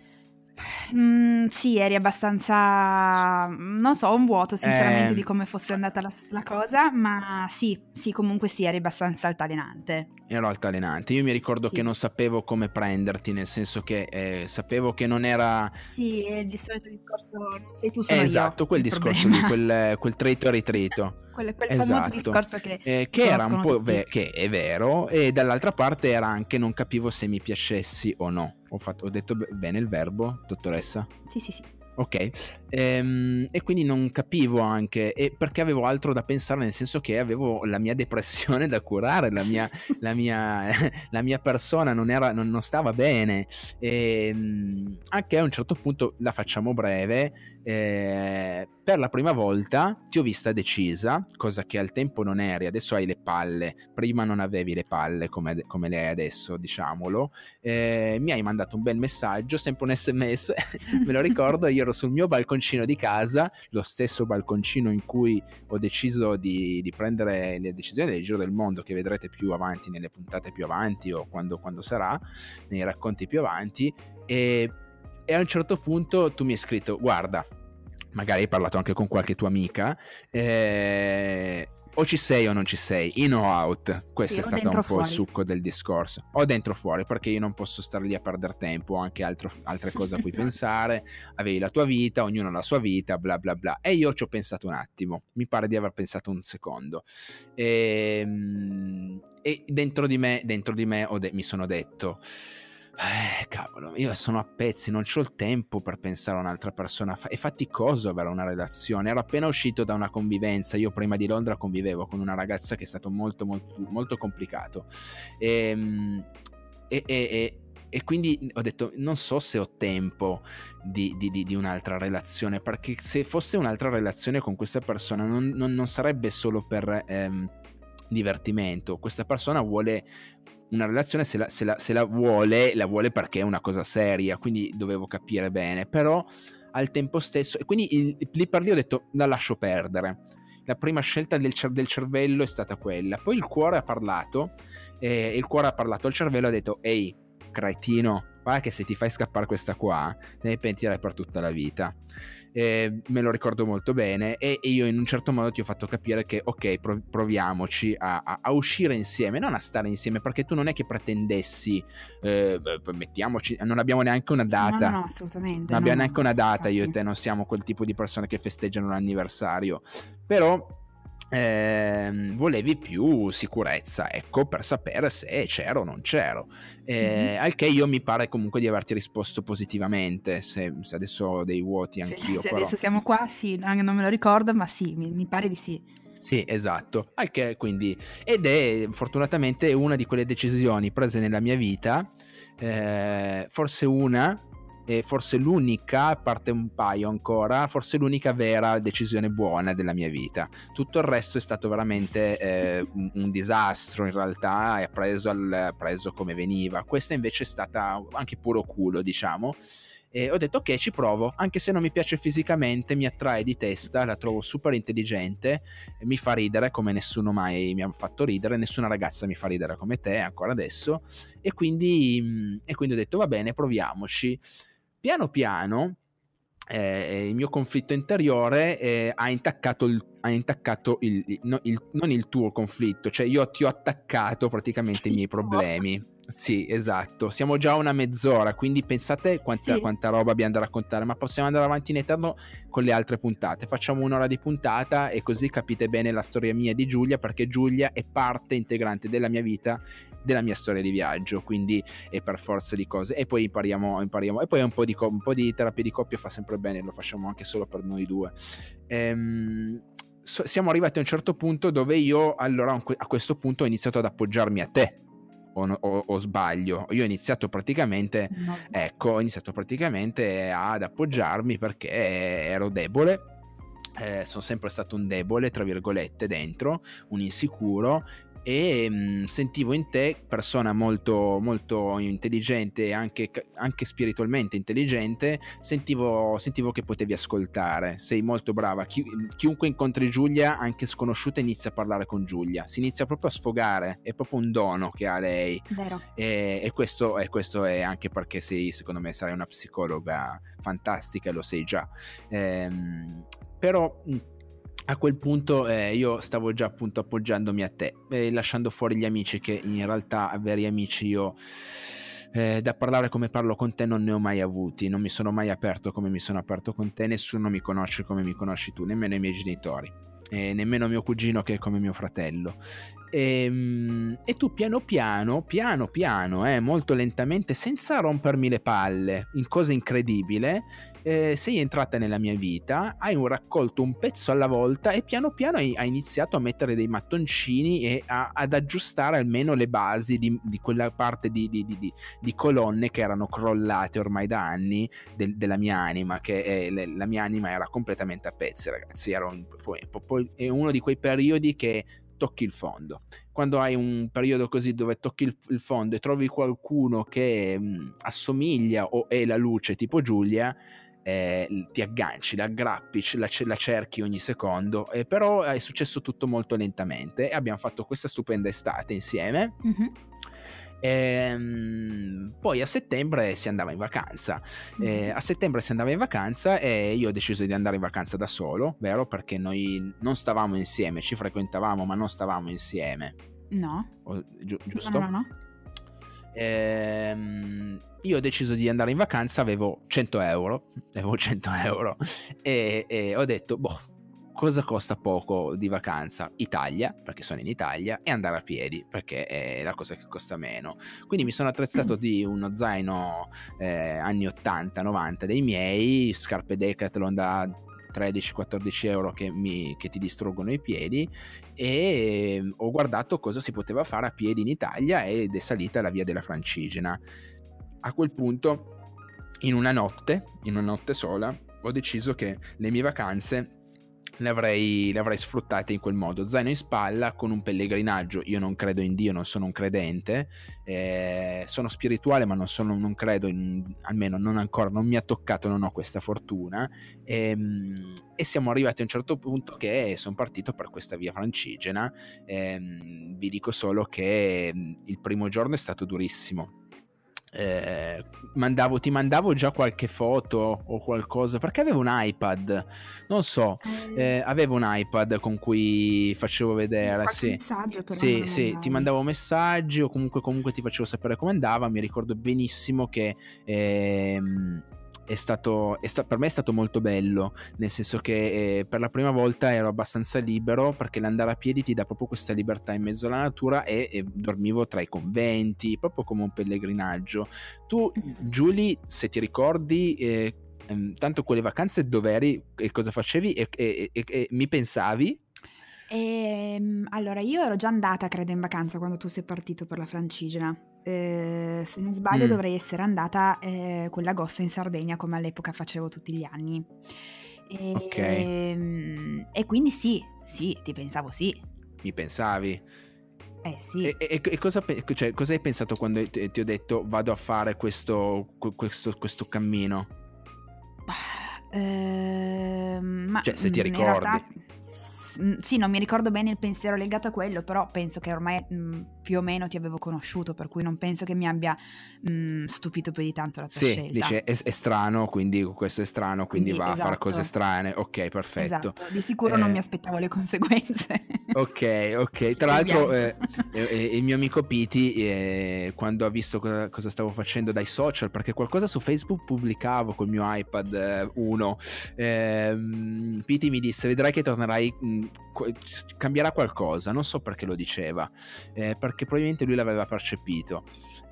Mm, sì, eri abbastanza, non so, un vuoto sinceramente eh, di come fosse andata la, la cosa, ma sì, sì, comunque sì, eri abbastanza altalenante. Ero altalenante, io mi ricordo sì. che non sapevo come prenderti, nel senso che eh, sapevo che non era... Sì, è il solito discorso, non sei tu, sono eh, esatto, io, quel discorso problema. lì, quel, quel trito e ritrito. Quel, quel esatto. famoso discorso che, eh, che era un po' ve- che è vero, e dall'altra parte era anche non capivo se mi piacessi o no. Ho, fatto, ho detto bene il verbo, dottoressa? Sì, sì, sì. Ok, ehm, e quindi non capivo anche, e perché avevo altro da pensare, nel senso che avevo la mia depressione da curare, la mia, la mia, la mia persona non, era, non, non stava bene, e anche a un certo punto, la facciamo breve, eh, per la prima volta ti ho vista decisa, cosa che al tempo non eri, adesso hai le palle, prima non avevi le palle come, come le hai adesso, diciamolo, eh, mi hai mandato un bel messaggio, sempre un sms, me lo ricordo, io ero sul mio balconcino di casa, lo stesso balconcino in cui ho deciso di, di prendere le decisioni del giro del mondo, che vedrete più avanti nelle puntate più avanti, o quando, quando sarà, nei racconti più avanti, e, e a un certo punto tu mi hai scritto: guarda, magari hai parlato anche con qualche tua amica, eh, o ci sei o non ci sei, in o out. Questo sì, è stato un po' fuori. Il succo del discorso, o dentro o fuori, perché io non posso stare lì a perdere tempo, ho anche altro, altre cose a cui pensare, avevi la tua vita, ognuno ha la sua vita, bla bla bla, e io ci ho pensato un attimo, mi pare di aver pensato un secondo, e, e dentro di me, dentro di me ho de- mi sono detto: Eh, cavolo, io sono a pezzi, non c'ho il tempo per pensare a un'altra persona. È faticoso avere una relazione. Ero appena uscito da una convivenza. Io prima di Londra convivevo con una ragazza che è stato molto molto molto complicato, e, e, e, e quindi ho detto: non so se ho tempo di, di, di un'altra relazione, perché se fosse un'altra relazione con questa persona non, non, non sarebbe solo per ehm, divertimento. Questa persona vuole una relazione, se la, se, la, se la vuole, la vuole perché è una cosa seria, quindi dovevo capire bene, però al tempo stesso, e quindi il, lì per lì ho detto: la lascio perdere. La prima scelta del, cer- del cervello è stata quella, poi il cuore ha parlato, e il cuore ha parlato al cervello, ha detto: ehi, cretino, guarda che se ti fai scappare questa qua, te ne pentirai per tutta la vita. Eh, me lo ricordo molto bene, e, e io in un certo modo ti ho fatto capire che ok, prov- proviamoci a, a, a uscire insieme, non a stare insieme, perché tu non è che pretendessi eh, mettiamoci, non abbiamo neanche una data, no no, no assolutamente, non abbiamo no, neanche una data, io e te non siamo quel tipo di persone che festeggiano l'anniversario, però Eh, volevi più sicurezza, ecco, per sapere se c'ero o non c'ero, eh, mm-hmm. Al che io mi pare comunque di averti risposto positivamente, se, se adesso ho dei vuoti anch'io, se, se però adesso siamo qua, sì, non me lo ricordo, ma sì, mi, mi pare di sì. Sì, esatto, al che quindi, ed è fortunatamente una di quelle decisioni prese nella mia vita, eh, forse una, e forse l'unica, a parte un paio ancora, forse l'unica vera decisione buona della mia vita. Tutto il resto è stato veramente eh, un, un disastro in realtà, è preso, al, preso come veniva. Questa invece è stata anche puro culo, diciamo. E ho detto ok, ci provo, anche se non mi piace fisicamente, mi attrae di testa, la trovo super intelligente, mi fa ridere come nessuno mai mi ha fatto ridere, nessuna ragazza mi fa ridere come te ancora adesso, e quindi, e quindi ho detto va bene, proviamoci. Piano piano eh, il mio conflitto interiore eh, ha intaccato il ha intaccato il, il, no, il non il tuo conflitto, cioè io ti ho attaccato praticamente i miei problemi. Sì, esatto. Siamo già a una mezz'ora, quindi pensate quanta, Sì. quanta roba abbiamo da raccontare, ma possiamo andare avanti in eterno con le altre puntate. Facciamo un'ora di puntata e così capite bene la storia mia di Giulia, perché Giulia è parte integrante della mia vita, della mia storia di viaggio, quindi è per forza di cose. E poi impariamo, impariamo. E poi un po' di, co- un po' di terapia di coppia fa sempre bene, lo facciamo anche solo per noi due. Ehm, so- siamo arrivati a un certo punto dove io, allora, a questo punto ho iniziato ad appoggiarmi a te. O, o, o sbaglio? Io ho iniziato praticamente No. ecco ho iniziato praticamente ad appoggiarmi perché ero debole, eh, sono sempre stato un debole tra virgolette dentro, un insicuro, e mh, sentivo in te, persona molto molto intelligente e anche, anche spiritualmente intelligente, sentivo, sentivo che potevi ascoltare, sei molto brava. Chi, chiunque incontri Giulia, anche sconosciuta, inizia a parlare con Giulia, si inizia proprio a sfogare, è proprio un dono che ha lei. Vero. E, e, questo, e questo è anche perché sei, secondo me sarai una psicologa fantastica, lo sei già. Ehm, però a quel punto eh, io stavo già appunto appoggiandomi a te, eh, lasciando fuori gli amici, che in realtà veri amici io eh, da parlare come parlo con te non ne ho mai avuti, non mi sono mai aperto come mi sono aperto con te, nessuno mi conosce come mi conosci tu, nemmeno i miei genitori, e nemmeno mio cugino che è come mio fratello. E, e tu piano piano, piano piano, eh, molto lentamente, senza rompermi le palle, in cosa incredibile, eh, sei entrata nella mia vita, hai un raccolto un pezzo alla volta e piano piano hai, hai iniziato a mettere dei mattoncini e a, ad aggiustare almeno le basi di, di quella parte di, di, di, di colonne che erano crollate ormai da anni del, della mia anima, che è, le, la mia anima era completamente a pezzi, ragazzi. Era un, poi, poi, è uno di quei periodi che tocchi il fondo. Quando hai un periodo così dove tocchi il, il fondo e trovi qualcuno che mh, assomiglia o è la luce tipo Giulia, eh, ti agganci, la aggrappi, la, la cerchi ogni secondo, eh, però è successo tutto molto lentamente e abbiamo fatto questa stupenda estate insieme. Mm-hmm. E, poi a settembre si andava in vacanza. Eh, a settembre si andava in vacanza e io ho deciso di andare in vacanza da solo, vero? Perché noi non stavamo insieme, ci frequentavamo ma non stavamo insieme. No. O, gi- giusto? No, no, no. Ehm, io ho deciso di andare in vacanza, avevo cento euro, avevo cento euro e, e ho detto, boh, cosa costa poco di vacanza? Italia, perché sono in Italia, e andare a piedi, perché è la cosa che costa meno. Quindi mi sono attrezzato di uno zaino eh, anni ottanta novanta dei miei, scarpe Decathlon da tredici quattordici euro che, mi, che ti distruggono i piedi, e ho guardato cosa si poteva fare a piedi in Italia ed è salita la via della Francigena. A quel punto, in una notte, in una notte sola, ho deciso che le mie vacanze le avrei, le avrei sfruttate in quel modo, zaino in spalla con un pellegrinaggio. Io non credo in Dio, non sono un credente, eh, sono spirituale ma non, sono, non credo in, almeno non ancora, non mi ha toccato, non ho questa fortuna, e, e siamo arrivati a un certo punto che sono partito per questa via Francigena. E, vi dico solo che il primo giorno è stato durissimo. Eh, mandavo, ti mandavo già qualche foto o qualcosa perché avevo un iPad, non so, eh, avevo un iPad con cui facevo vedere, sì, messaggio però sì, sì, ti mandavo messaggi o comunque, comunque ti facevo sapere come andava. Mi ricordo benissimo che ehm, è stato, è sta- per me è stato molto bello, nel senso che eh, per la prima volta ero abbastanza libero, perché l'andare a piedi ti dà proprio questa libertà in mezzo alla natura, e, e dormivo tra i conventi, proprio come un pellegrinaggio. Tu, Giulia, se ti ricordi, eh, ehm, tanto quelle vacanze dove eri e cosa facevi e, e, e, e mi pensavi? E, allora, io ero già andata, credo, in vacanza quando tu sei partito per la Francigena. Eh, se non sbaglio, mm. dovrei essere andata eh, quell'agosto in Sardegna, come all'epoca facevo tutti gli anni. E, ok. E quindi sì, sì, ti pensavo sì. Mi pensavi? Eh sì. E, e, e cosa, cioè, cosa hai pensato quando ti, ti ho detto vado a fare questo, questo, questo cammino? Eh, ma cioè, se ti ricordi. Realtà, sì, non mi ricordo bene il pensiero legato a quello, però penso che ormai mh, più o meno ti avevo conosciuto, per cui non penso che mi abbia mh, stupito più di tanto la tua Sì, scelta. dice è, è strano, quindi questo è strano, quindi, Quindi va a fare esatto, cose strane. Ok, perfetto. esatto, di sicuro non mi Eh, aspettavo le conseguenze ok, ok. Tra del l'altro, viaggio. eh, eh, eh, il mio amico Piti, eh, quando ha visto cosa, cosa stavo facendo dai social, perché qualcosa su Facebook pubblicavo col mio iPad eh, uno, ehm, Piti mi disse: vedrai che tornerai, mh, qu- cambierà qualcosa. Non so perché lo diceva, eh, perché probabilmente lui l'aveva percepito.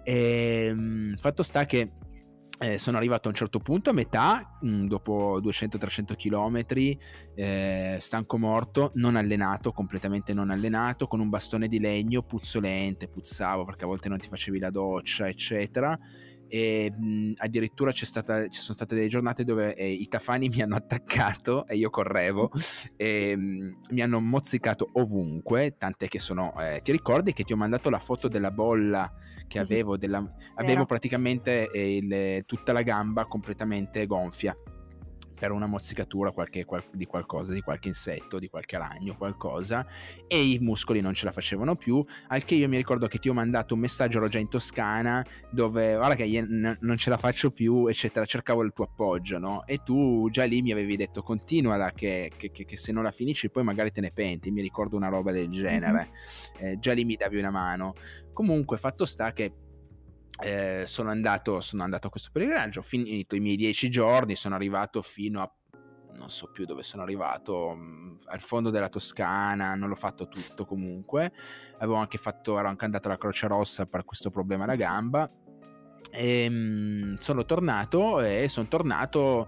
E, mh, fatto sta che Eh, sono arrivato a un certo punto a metà, mh, dopo duecento trecento chilometri, eh, stanco morto, non allenato, completamente non allenato, con un bastone di legno, puzzolente, puzzavo perché a volte non ti facevi la doccia, eccetera. E mh, addirittura c'è stata, ci sono state delle giornate dove eh, i tafani mi hanno attaccato e io correvo e mh, mi hanno mozzicato ovunque, tant'è che sono eh, ti ricordi che ti ho mandato la foto della bolla che Sì, sì, avevo, della, avevo vero. praticamente eh, il, tutta la gamba completamente gonfia per una mozzicatura qualche, qual, di qualcosa, di qualche insetto, di qualche ragno, qualcosa, e i muscoli non ce la facevano più, al che io mi ricordo che ti ho mandato un messaggio, ero già in Toscana, dove guarda che io n- non ce la faccio più, eccetera, cercavo il tuo appoggio, no? E tu già lì mi avevi detto continuala, che, che, che, che se non la finisci poi magari te ne penti, mi ricordo una roba del genere, mm-hmm. eh, già lì mi davi una mano. Comunque fatto sta che Eh, sono andato sono andato a questo pellegrinaggio, ho finito i miei dieci giorni, sono arrivato fino a non so più dove sono arrivato, mh, al fondo della Toscana, non l'ho fatto tutto comunque, avevo anche fatto, ero anche andato alla Croce Rossa per questo problema alla gamba. E, mh, sono tornato e sono tornato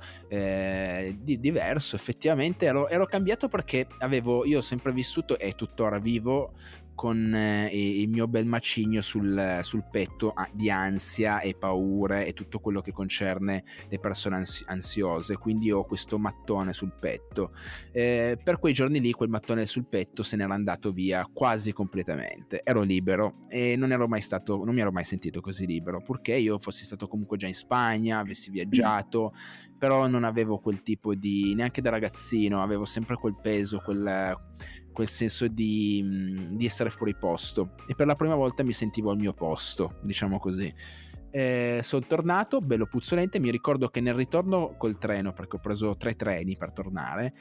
eh, di, diverso effettivamente, ero, ero cambiato perché avevo, io ho sempre vissuto e tuttora vivo con eh, il mio bel macigno sul, sul petto di ansia e paure e tutto quello che concerne le persone ansi- ansiose, quindi ho questo mattone sul petto. Eh, per quei giorni lì quel mattone sul petto se n'era andato via quasi completamente, ero libero e non ero mai stato, non mi ero mai sentito così libero, purché io fossi stato comunque già in Spagna, avessi viaggiato, però non avevo quel tipo di, neanche da ragazzino, avevo sempre quel peso, quel, quel senso di, di essere fuori posto, e per la prima volta mi sentivo al mio posto, diciamo così. Eh, sono tornato bello puzzolente, mi ricordo che nel ritorno col treno, perché ho preso tre treni per tornare,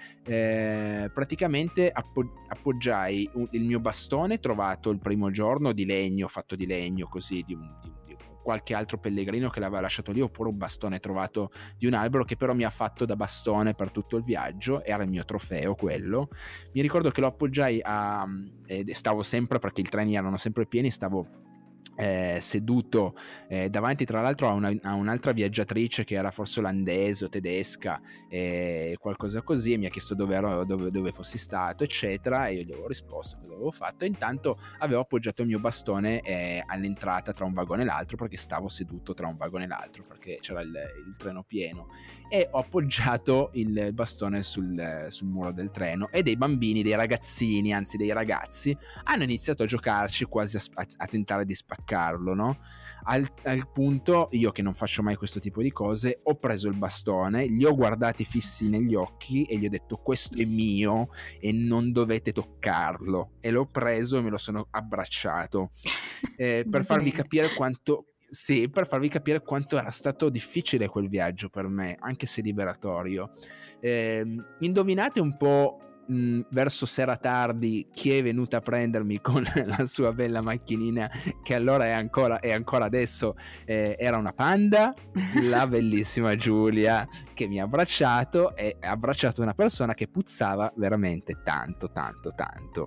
eh, praticamente appo- appoggiai un, il mio bastone trovato il primo giorno di legno, fatto di legno così, di, un, di, di qualche altro pellegrino che l'aveva lasciato lì, oppure un bastone trovato di un albero che però mi ha fatto da bastone per tutto il viaggio, era il mio trofeo quello. Mi ricordo che lo appoggiai a, e stavo sempre, perché i treni erano sempre pieni, stavo Eh, seduto eh, davanti tra l'altro a, una, a un'altra viaggiatrice che era forse olandese o tedesca, eh, qualcosa così, e mi ha chiesto dove, ero, dove, dove fossi stato eccetera, e io gli avevo risposto cosa avevo fatto, e intanto avevo appoggiato il mio bastone eh, all'entrata tra un vagone e l'altro, perché stavo seduto tra un vagone e l'altro perché c'era il, il treno pieno, e ho appoggiato il bastone sul, sul muro del treno, e dei bambini, dei ragazzini, anzi dei ragazzi hanno iniziato a giocarci, quasi a, a, a tentare di spaccarlo, no? Al, al punto, io che non faccio mai questo tipo di cose, ho preso il bastone, li ho guardati fissi negli occhi e gli ho detto questo è mio e non dovete toccarlo, e l'ho preso e me lo sono abbracciato eh, per farvi capire quanto sì, per farvi capire quanto era stato difficile quel viaggio per me, anche se liberatorio. Eh, indovinate un po' mh, verso sera tardi chi è venuta a prendermi con la sua bella macchinina, che allora è ancora, e ancora adesso eh, era una Panda, la bellissima Giulia, che mi ha abbracciato, e ha abbracciato una persona che puzzava veramente tanto tanto tanto.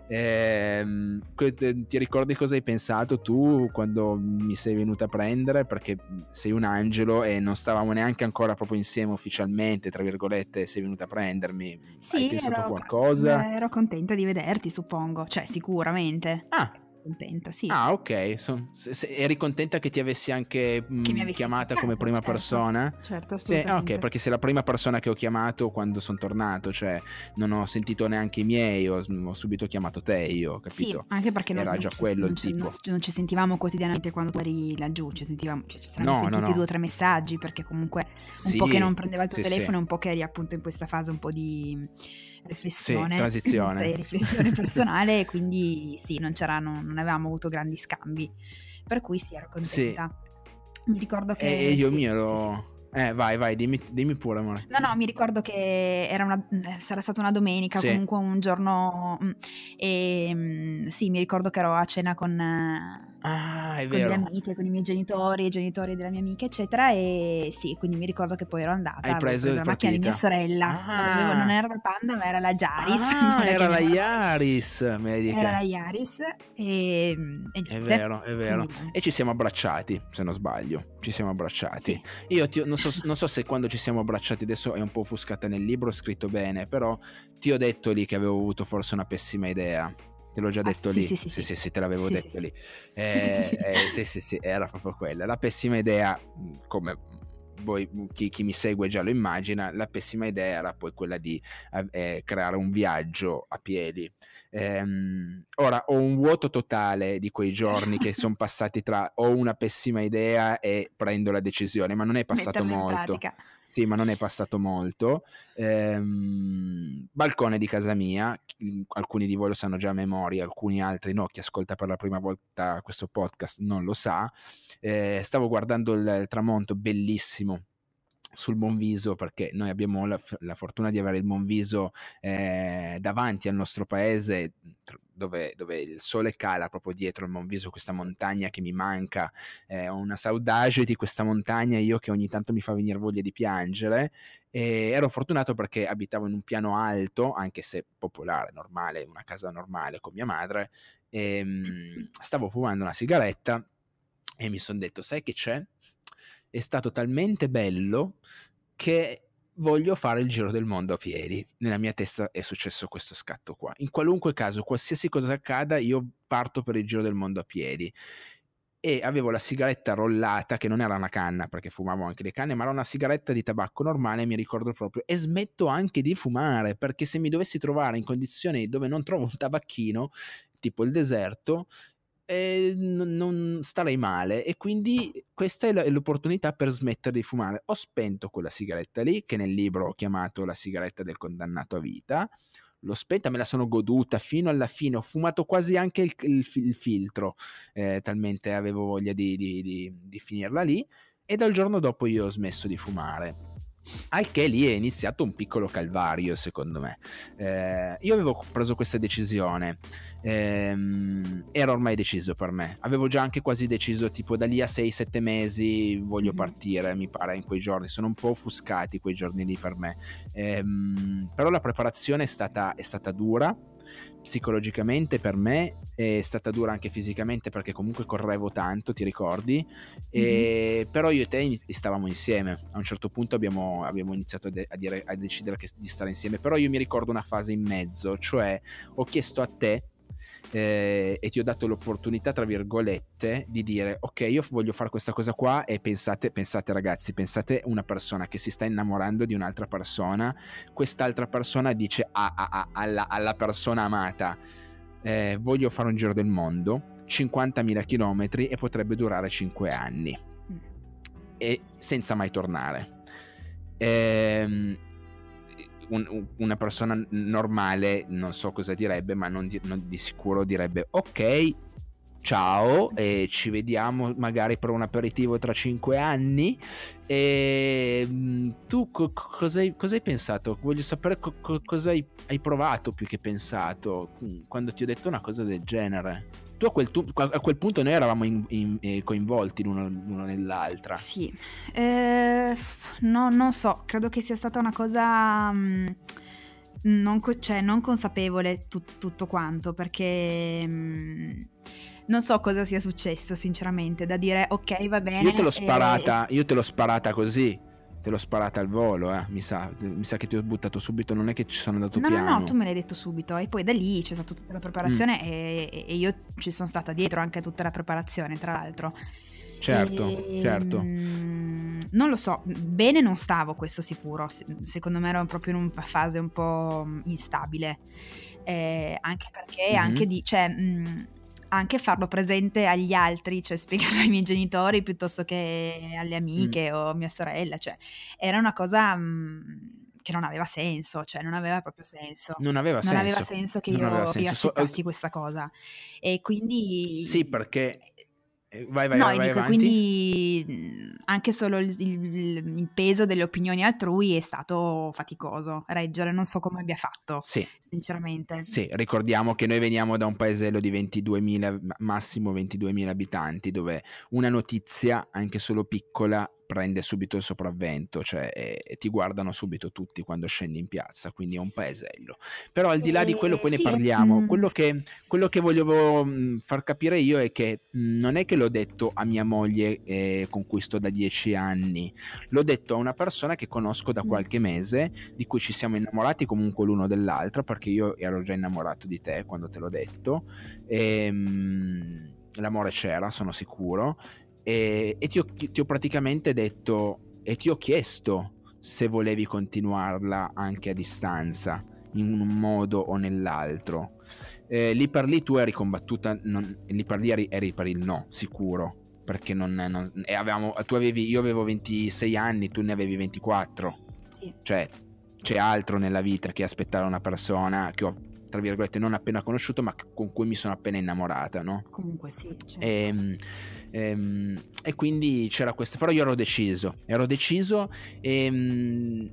Ehm, ti ricordi cosa hai pensato tu quando mi sei venuta a prendere? Perché sei un angelo e non stavamo neanche ancora proprio insieme ufficialmente, tra virgolette, sei venuta a prendermi. Sì, hai pensato ero, a qualcosa? ero contenta di vederti, suppongo, cioè sicuramente. Ah, Contenta, sì. Ah, ok. So, se, se eri contenta che ti avessi anche mh, Che mi avessi chiamata come chiamato, prima certo. persona? Certo, Sì, ah, ok, assolutamente. perché sei la prima persona che ho chiamato quando sono tornato, cioè non ho sentito neanche i miei, ho, ho subito chiamato te io, capito? Sì, anche perché non, Era non già ci, quello non il ci- tipo. non ci- non ci sentivamo quotidianamente quando tu eri laggiù, ci sentivamo, cioè, ci saremmo No, no, sentiti no. due o tre messaggi, perché comunque un po' che Sì, non prendeva il tuo sì, telefono sì. e un po' che eri appunto in questa fase un po' di riflessione, sì, transizione. riflessione personale, e quindi sì, non c'era, non, non avevamo avuto grandi scambi, per cui sì, ero Sì, contenta. Mi ricordo e, e che io sì, mi sì, sì. ero... Eh, vai, vai, dimmi, dimmi pure, amore. No, no, mi ricordo che era una, sarà stata una domenica, Sì. comunque un giorno, mm, e mm, sì, mi ricordo che ero a cena con, eh, Ah, è con delle vero. amiche, con i miei genitori, i genitori della mia amica, eccetera, e sì, quindi mi ricordo che poi ero andata, Hai avevo preso preso il la macchina di mia partita. sorella, l'avevo- non Ah, era la Panda, ma era la Yaris, non ah, era che era la mia sorella, Yaris, vedi era la che... Yaris, e, e È niente, vero, è vero. quindi E ci siamo abbracciati, se non sbaglio. Ci siamo abbracciati. sì. Io ti, non, so, non so se quando ci siamo abbracciati, adesso è un po' offuscata nel libro, è scritto bene, però ti ho detto lì che avevo avuto forse una pessima idea. Te l'ho già Ah, detto sì, lì. sì, sì, Sì, sì, sì, sì, te l'avevo sì, sì, detto sì, lì. sì, sì, sì, Eh, sì. eh, sì, sì, sì, era proprio quella. La pessima idea, come voi, chi, chi mi segue già lo immagina, la pessima idea era poi quella di eh, creare un viaggio a piedi. Ehm, ora ho un vuoto totale di quei giorni che sono passati tra ho una pessima idea e prendo la decisione, ma non è passato Metterla in molto. pratica. Sì, ma non è passato molto. Ehm, balcone di casa mia, alcuni di voi lo sanno già a memoria, alcuni altri no, chi ascolta per la prima volta questo podcast non lo sa. Eh, stavo guardando il, il tramonto bellissimo sul Monviso, perché noi abbiamo la, la fortuna di avere il Monviso eh, davanti al nostro paese, dove, dove il sole cala proprio dietro il Monviso, questa montagna che mi manca, eh, ho una saudade di questa montagna io che ogni tanto mi fa venire voglia di piangere. E ero fortunato perché abitavo in un piano alto, anche se popolare, normale, una casa normale con mia madre, e mh, stavo fumando una sigaretta e mi sono detto, sai che c'è? È stato talmente bello che voglio fare il giro del mondo a piedi. Nella mia testa è successo questo scatto qua. In qualunque caso, qualsiasi cosa accada, io parto per il giro del mondo a piedi. E avevo la sigaretta rollata, che non era una canna, perché fumavo anche le canne, ma era una sigaretta di tabacco normale, mi ricordo proprio. E smetto anche di fumare, perché se mi dovessi trovare in condizioni dove non trovo un tabacchino, tipo il deserto, eh, non, non starei male, e quindi questa è, la, è l'opportunità per smettere di fumare. Ho spento quella sigaretta lì, che nel libro ho chiamato la sigaretta del condannato a vita. L'ho spenta, me la sono goduta fino alla fine, ho fumato quasi anche il, il, il filtro, eh, talmente avevo voglia di, di, di, di finirla lì, e dal giorno dopo io ho smesso di fumare. Al che lì è iniziato un piccolo calvario, secondo me. Eh, io avevo preso questa decisione, ehm, era ormai deciso per me. Avevo già anche quasi deciso, tipo da lì a sei sette mesi voglio Mhm. partire, mi pare, in quei giorni. Sono un po' offuscati quei giorni lì per me. Ehm, però la preparazione è stata, è stata dura. Psicologicamente per me è stata dura anche fisicamente, perché comunque correvo tanto, ti ricordi? E, però io e te stavamo insieme. A un certo punto abbiamo, abbiamo iniziato a, de- a, dire, a decidere che, di stare insieme, però io mi ricordo una fase in mezzo, cioè ho chiesto a te eh, e ti ho dato l'opportunità, tra virgolette, di dire ok, io voglio fare questa cosa qua, e pensate, pensate ragazzi, pensate una persona che si sta innamorando di un'altra persona, quest'altra persona dice a, a, a, alla, alla persona amata eh, voglio fare un giro del mondo, cinquantamila chilometri, e potrebbe durare cinque anni, e senza mai tornare. Ehm, un, una persona normale non so cosa direbbe, ma non di, non di sicuro direbbe ok, ciao, e ci vediamo magari per un aperitivo tra cinque anni. E tu co- cosa, hai, cosa hai pensato? Voglio sapere co- co- cosa hai, hai provato più che pensato quando ti ho detto una cosa del genere. Tu a quel, tu, a quel punto noi eravamo in, in, eh, coinvolti l'uno, l'uno nell'altra. Sì, eh, no, non so, credo che sia stata una cosa mh, non, co- cioè, non consapevole tut- tutto quanto, perché mh, non so cosa sia successo sinceramente, da dire ok va Io te l'ho bene, e... sparata, io te l'ho sparata così, te l'ho sparata al volo, eh, mi sa, mi sa che ti ho buttato subito, non è che ci sono andato No, no, no, tu piano. me l'hai detto subito, e poi da lì c'è stata tutta la Mm, preparazione, e, e io ci sono stata dietro anche a tutta la preparazione, tra l'altro. certo, E, certo. mm, non lo so, bene non stavo, questo sicuro. Se- secondo me ero proprio in una fase un po' instabile, eh, anche perché Mm-hmm. anche di, cioè, mh, anche farlo presente agli altri, cioè spiegarlo ai miei genitori piuttosto che alle Mm. amiche o a mia sorella, cioè era una cosa mh, che non aveva senso, cioè non aveva proprio senso. Non aveva Non aveva senso. senso che Non io, aveva che io senso. So- accettassi questa cosa. E quindi... Sì, perché... eh, Vai, vai, No, vai, e vai dico, avanti. quindi mh, anche solo il, il- il peso delle opinioni altrui è stato faticoso reggere, non so come abbia fatto, Sì. sinceramente. Sì, ricordiamo che noi veniamo da un paesello di ventiduemila, ma- massimo ventiduemila abitanti, dove una notizia, anche solo piccola, prende subito il sopravvento, cioè e, e ti guardano subito tutti quando scendi in piazza, quindi è un paesello. Però al di là di quello Eh, poi ne sì, parliamo. mm, Quello che, quello che volevo mh, far capire io è che mh, non è che l'ho detto a mia moglie eh, con cui sto da dieci anni, l'ho detto a una persona che conosco da mm, qualche mese, di cui ci siamo innamorati comunque l'uno dell'altro, perché io ero già innamorato di te quando te l'ho detto, e, mh, l'amore c'era, sono sicuro, e, e ti, ho, ti ho praticamente detto e ti ho chiesto se volevi continuarla anche a distanza, in un modo o nell'altro. Eh, lì per lì tu eri combattuta, non, lì per lì eri, eri per il no, sicuro, perché non, non e avevamo, tu avevi, io avevo ventisei anni, tu ne avevi ventiquattro. sì. Cioè c'è altro nella vita che aspettare una persona che ho, tra virgolette, non appena conosciuto, ma con cui mi sono appena innamorata, no? Comunque sì, certo. E, e, e quindi c'era questo, però io ero deciso, ero deciso e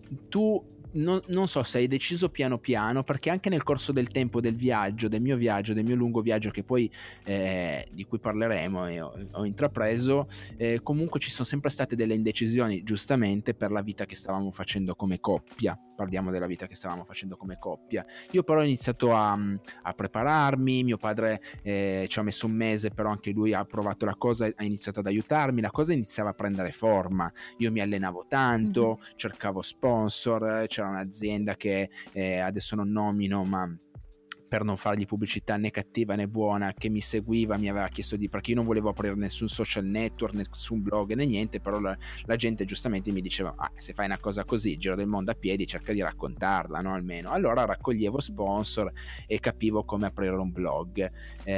tu non, non so se hai deciso piano piano, perché anche nel corso del tempo del viaggio, del mio viaggio, del mio lungo viaggio che poi eh, di cui parleremo e ho, ho intrapreso, eh, comunque ci sono sempre state delle indecisioni, giustamente, per la vita che stavamo facendo come coppia. Parliamo della vita che stavamo facendo come coppia. Io però ho iniziato a, a prepararmi, mio padre eh, ci ha messo un mese, però anche lui ha provato la cosa, ha iniziato ad aiutarmi, la cosa iniziava a prendere forma, io mi allenavo tanto, mm-hmm. cercavo sponsor, c'era un'azienda che eh, adesso non nomino, ma per non fargli pubblicità né cattiva né buona, che mi seguiva, mi aveva chiesto di, perché io non volevo aprire nessun social network, nessun blog né niente, però la, la gente giustamente mi diceva ah, se fai una cosa così, giro del mondo a piedi, cerca di raccontarla, no, almeno. Allora raccoglievo sponsor e capivo come aprire un blog.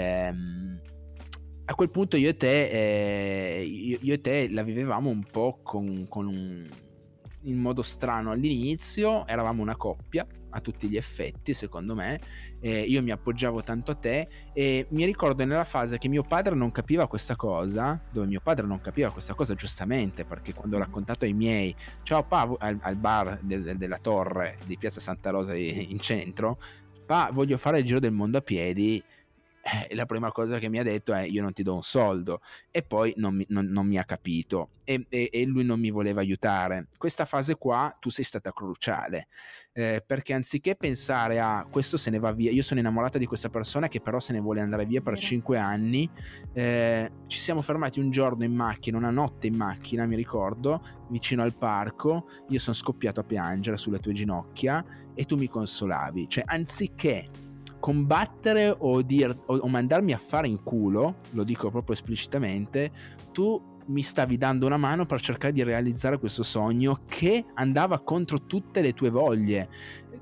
ehm A quel punto io e te, eh, io, io e te la vivevamo un po' con, con un, in modo strano all'inizio, eravamo una coppia a tutti gli effetti, secondo me, eh, io mi appoggiavo tanto a te e mi ricordo nella fase che mio padre non capiva questa cosa, dove mio padre non capiva questa cosa giustamente, perché quando ho raccontato ai miei, ciao pa, al, al bar de, de, della torre di Piazza Santa Rosa in centro, pa, voglio fare il giro del mondo a piedi, Eh, la prima cosa che mi ha detto è io non ti do un soldo, e poi non mi, non, non mi ha capito e, e, e lui non mi voleva aiutare. Questa fase qua tu sei stata cruciale, eh, perché anziché pensare a questo se ne va via, io sono innamorata di questa persona che però se ne vuole andare via per cinque anni, eh, ci siamo fermati un giorno in macchina, una notte in macchina mi ricordo, vicino al parco, io sono scoppiato a piangere sulle tue ginocchia e tu mi consolavi, cioè anziché combattere o, dir, o, o mandarmi a fare in culo, lo dico proprio esplicitamente, tu mi stavi dando una mano per cercare di realizzare questo sogno che andava contro tutte le tue voglie.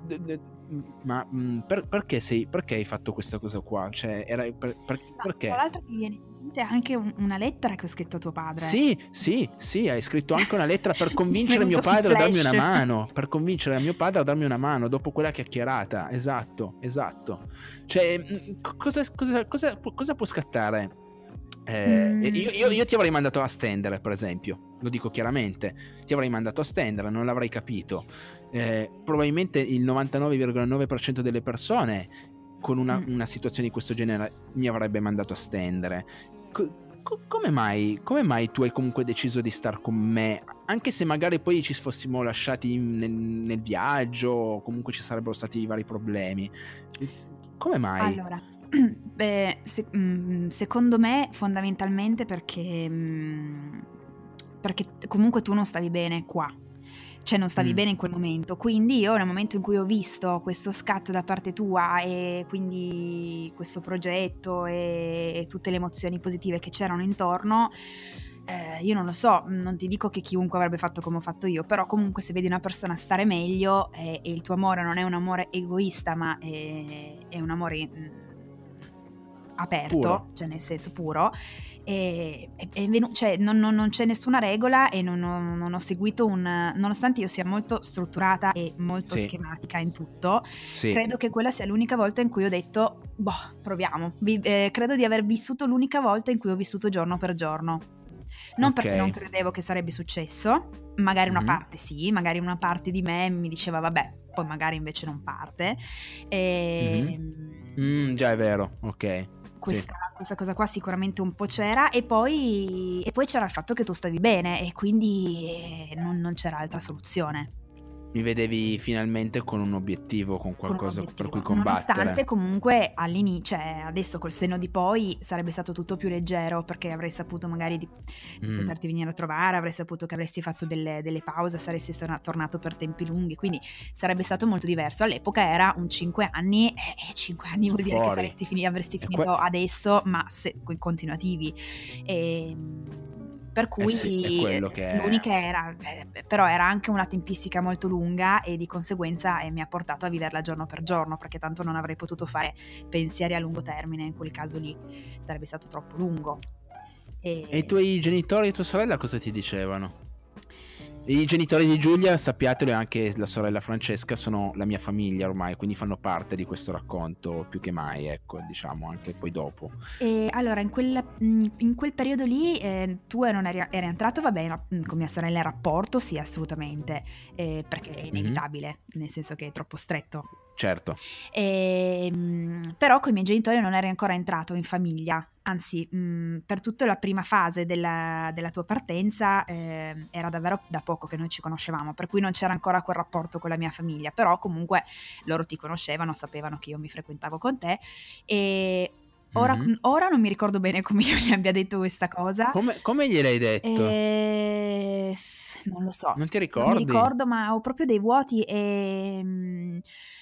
Ma per, perché, sei, perché hai fatto questa cosa qua? Cioè, era, per, per, perché? Tra l'altro mi viene in mente anche un, una lettera che ho scritto a tuo padre. Sì, sì, sì, hai scritto anche una lettera per convincere mio padre a darmi una mano, per convincere mio padre a darmi una mano dopo quella chiacchierata. Esatto, esatto. Cioè, cosa, cosa, cosa, cosa può scattare? Eh, mm. io, io, io ti avrei mandato a stendere, per esempio, lo dico chiaramente, ti avrei mandato a stendere, non l'avrei capito. Eh, probabilmente il novantanove virgola nove per cento delle persone con una, mm. una situazione di questo genere mi avrebbe mandato a stendere. Co- co- come mai, come mai tu hai comunque deciso di star con me, anche se magari poi ci fossimo lasciati nel, nel viaggio, o comunque ci sarebbero stati vari problemi? Come mai? Allora, beh, se, mh, secondo me fondamentalmente perché, mh, perché comunque tu non stavi bene qua, cioè non stavi mm. bene in quel momento, quindi io nel momento in cui ho visto questo scatto da parte tua e quindi questo progetto e, e tutte le emozioni positive che c'erano intorno, eh, io non lo so, non ti dico che chiunque avrebbe fatto come ho fatto io, però comunque se vedi una persona stare meglio eh, e il tuo amore non è un amore egoista ma è, è un amore mh, aperto, puro. cioè nel senso puro, e è, è venu- cioè, non, non- non c'è nessuna regola e non ho, non ho seguito un... Nonostante io sia molto strutturata e molto Sì, schematica in tutto, sì, credo che quella sia l'unica volta in cui ho detto, boh, proviamo. Vi- eh, credo di aver vissuto l'unica volta in cui ho vissuto giorno per giorno. Non perché non ok. credevo che sarebbe successo, magari una Mhm, parte sì, magari una parte di me mi diceva vabbè, poi magari invece non parte. E, mhm. Mm, già è vero, ok. Sì. questa, questa cosa qua sicuramente un po' c'era e poi, e poi c'era il fatto che tu stavi bene e quindi eh, non, non c'era altra soluzione. Mi vedevi finalmente con un obiettivo, con Con un qualcosa per cui obiettivo, nonostante combattere. comunque all'inizio, cioè adesso col senno di poi sarebbe stato tutto più leggero perché avrei saputo magari di, di Mm, poterti venire a trovare, avrei saputo che avresti fatto delle, delle pause, saresti torna- tornato per tempi lunghi, quindi sarebbe stato molto diverso. All'epoca era un cinque anni e cinque anni vuol dire che fuori. saresti fini- avresti E que- finito adesso, ma se, con continuativi. E, per eh sì, è cui quello eh, che è. l'unica era, eh, però era anche una tempistica molto lunga e di conseguenza eh, mi ha portato a viverla giorno per giorno, perché tanto non avrei potuto fare pensieri a lungo termine, in quel caso lì sarebbe stato troppo lungo. E i E, tuoi genitori e tua sorella cosa ti dicevano? I genitori di Giulia, sappiatelo, e anche la sorella Francesca sono la mia famiglia ormai, quindi fanno parte di questo racconto più che mai, ecco, diciamo, anche poi dopo. e allora in quel, mm, in quel periodo lì eh, tu non eri, eri entrato, vabbè, in rap- con mia sorella in rapporto, sì, assolutamente, eh, perché è Mhm, inevitabile, nel senso che è troppo stretto. certo. Ehm, però con i miei genitori non eri ancora entrato in famiglia, anzi, mh, per tutta la prima fase della, della tua partenza eh, era davvero da poco che noi ci conoscevamo, per cui non c'era ancora quel rapporto con la mia famiglia, però comunque loro ti conoscevano, sapevano che io mi frequentavo con te e ora, Mhm. ora non mi ricordo bene come io gli abbia detto questa cosa. Come, come gliel'hai detto? E... non lo so, Non ti non mi ricordi? ricordo, ma ho proprio dei vuoti e... mm,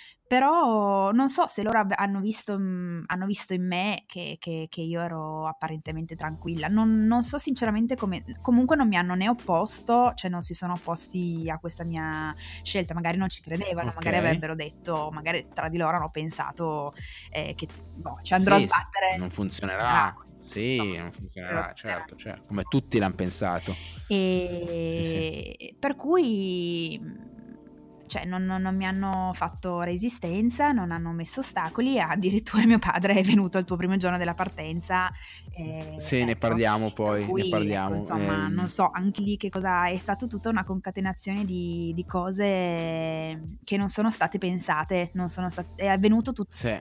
però non so se loro ab- hanno visto, mm, hanno visto in me che, che- che io ero apparentemente tranquilla. Non, non so sinceramente come... Comunque non mi hanno né opposto, cioè non si sono opposti a questa mia scelta. Magari non ci credevano, Ok. magari avrebbero detto, magari tra di loro hanno pensato eh, che boh, ci andrò a Sì, sì, sbattere, non non funzionerà. funzionerà. Sì, Insomma, non non funzionerà, funzionerà. certo, certo. Come tutti l'hanno pensato. Sì, sì. E per cui mh, cioè, non, non- non mi hanno fatto resistenza, non hanno messo ostacoli, addirittura mio padre è venuto al tuo primo giorno della partenza, eh, Sì, ne ecco, parliamo per poi, ne cui ecco, parliamo. insomma, non Ehm, so, anche lì che cosa è stata tutta una concatenazione di, di cose che non sono state pensate, non sono state, è avvenuto tutto. sì.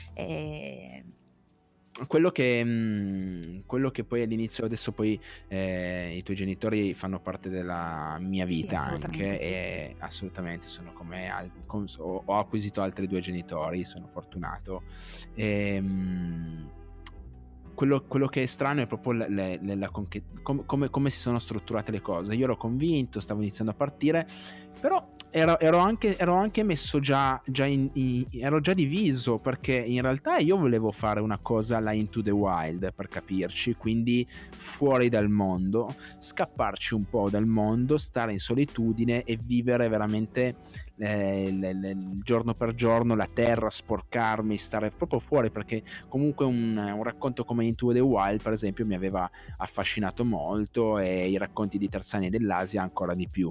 eh, Quello che, mh, quello che poi all'inizio, adesso poi eh, i tuoi genitori fanno parte della mia sì, vita assolutamente anche sì. e assolutamente sono come al- com- ho, ho acquisito altri due genitori, sono fortunato. E, mh, quello, quello che è strano è proprio la- le- le- la conche- com- come, come si sono strutturate le cose. Io ero convinto, stavo iniziando a partire, però ero, ero anche, ero anche messo già, già in, in- ero già diviso, perché in realtà io volevo fare una cosa alla Into the Wild, per capirci, quindi fuori dal mondo, scapparci un po' dal mondo, stare in solitudine e vivere veramente eh, il, il- il giorno per giorno la terra, sporcarmi, stare proprio fuori, perché comunque un, un racconto come Into the Wild, per esempio, mi aveva affascinato molto, e i racconti di Tarzani dell'Asia ancora di più.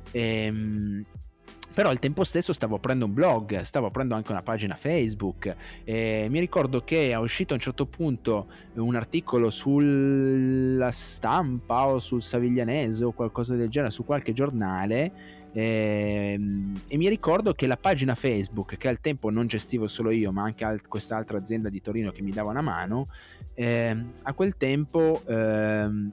Ehm, però al tempo stesso stavo aprendo un blog, stavo aprendo anche una pagina Facebook, e mi ricordo che è uscito a un certo punto un articolo sulla Stampa o sul Saviglianese o qualcosa del genere, su qualche giornale, ehm, e mi ricordo che la pagina Facebook, che al tempo non gestivo solo io ma anche alt- quest'altra azienda di Torino che mi dava una mano, ehm, a quel tempo ehm,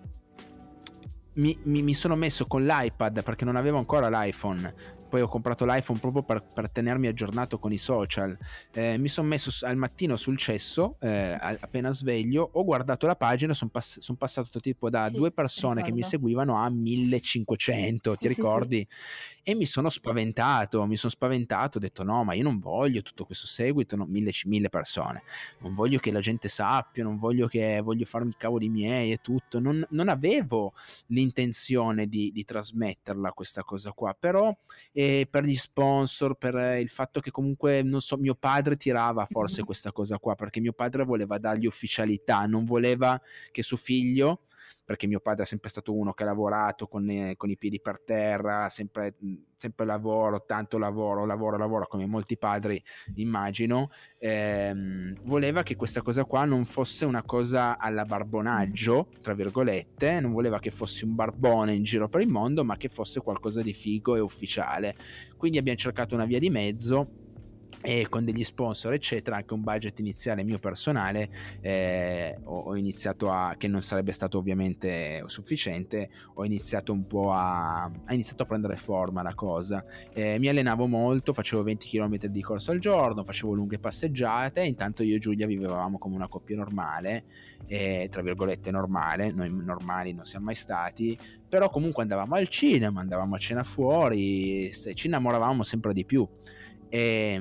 mi, mi, mi sono messo con l'iPad, perché non avevo ancora l'iPhone. Poi ho comprato l'iPhone proprio per, per tenermi aggiornato con i social. Eh, mi sono messo s- al mattino sul cesso, eh, a- appena sveglio, ho guardato la pagina, sono pass- son passato tipo da Sì, due persone che mi ricordo. seguivano a millecinquecento, ti Sì, sì, sì. ricordi? E mi sono spaventato, mi sono spaventato, ho detto no, ma io non voglio tutto questo seguito, no, mille, mille persone, non voglio che la gente sappia, non voglio che voglio farmi i cavoli miei e tutto, non, non avevo l'intenzione di, di trasmetterla questa cosa qua, però e per gli sponsor, per il fatto che comunque, non so, mio padre tirava forse Mm. questa cosa qua, perché mio padre voleva dargli ufficialità, non voleva che suo figlio, perché mio padre è sempre stato uno che ha lavorato con, eh, con i piedi per terra, sempre, sempre lavoro, tanto lavoro, lavoro, lavoro, come molti padri immagino, ehm, voleva che questa cosa qua non fosse una cosa alla barbonaggio, tra virgolette, non voleva che fossi un barbone in giro per il mondo, ma che fosse qualcosa di figo e ufficiale. Quindi abbiamo cercato una via di mezzo, e con degli sponsor eccetera, anche un budget iniziale mio personale, eh, ho, ho iniziato a, che non sarebbe stato ovviamente sufficiente, ho iniziato un po' a ha iniziato a prendere forma la cosa. Eh, mi allenavo molto, facevo venti chilometri di corsa al giorno, facevo lunghe passeggiate, e intanto io e Giulia vivevamo come una coppia normale, eh, tra virgolette normale, noi normali non siamo mai stati, però comunque andavamo al cinema, andavamo a cena fuori, ci innamoravamo sempre di più. E,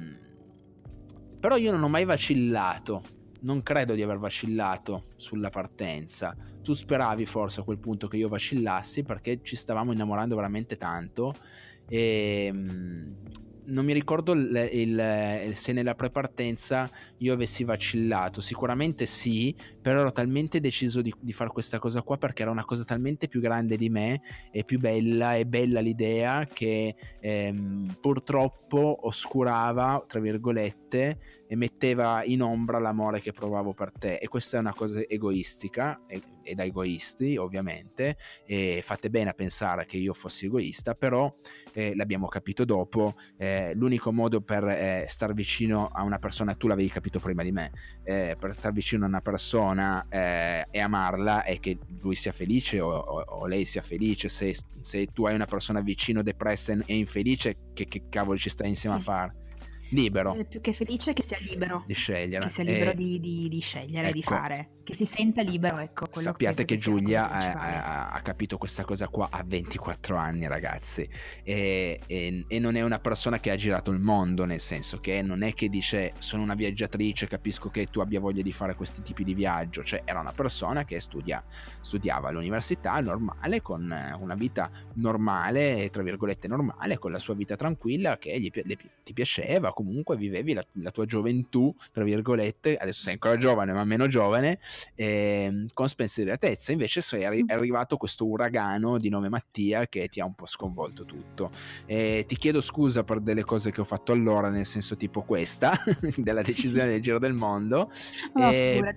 però io non ho mai vacillato, non credo di aver vacillato sulla partenza. Tu speravi forse a quel punto che io vacillassi, perché ci stavamo innamorando veramente tanto, e non mi ricordo il, il, se nella prepartenza io avessi vacillato. Sicuramente sì, però ero talmente deciso di, di fare questa cosa qua, perché era una cosa talmente più grande di me e più bella, e bella l'idea, che ehm, purtroppo oscurava, tra virgolette, e metteva in ombra l'amore che provavo per te. E questa è una cosa egoistica, e, e da egoisti ovviamente, e fate bene a pensare che io fossi egoista, però eh, l'abbiamo capito dopo. Eh, l'unico modo per eh, star vicino a una persona, tu l'avevi capito prima di me, eh, per star vicino a una persona eh, e amarla, è che lui sia felice o, o, o lei sia felice. Se, se tu hai una persona vicino depressa e infelice, che, che cavolo ci stai insieme sì. a fare? Libero, più che felice, che sia libero di scegliere, che sia libero e, di, di, di scegliere, ecco, di fare, che si senta libero, ecco. Sappiate che, che Giulia ha, ha capito questa cosa qua a ventiquattro anni, ragazzi, e, e, e non è una persona che ha girato il mondo, nel senso che non è che dice sono una viaggiatrice, capisco che tu abbia voglia di fare questi tipi di viaggio. Cioè era una persona che studia, studiava all'università normale, con una vita normale, tra virgolette normale, con la sua vita tranquilla, che gli, le, ti piaceva, comunque vivevi la, la tua gioventù, tra virgolette, adesso sei ancora giovane ma meno giovane, eh, con spensieratezza. Invece sei arri- è arrivato questo uragano di nome Mattia che ti ha un po' sconvolto tutto. Eh, ti chiedo scusa per delle cose che ho fatto allora, nel senso tipo questa della decisione del giro del mondo, oh, eh,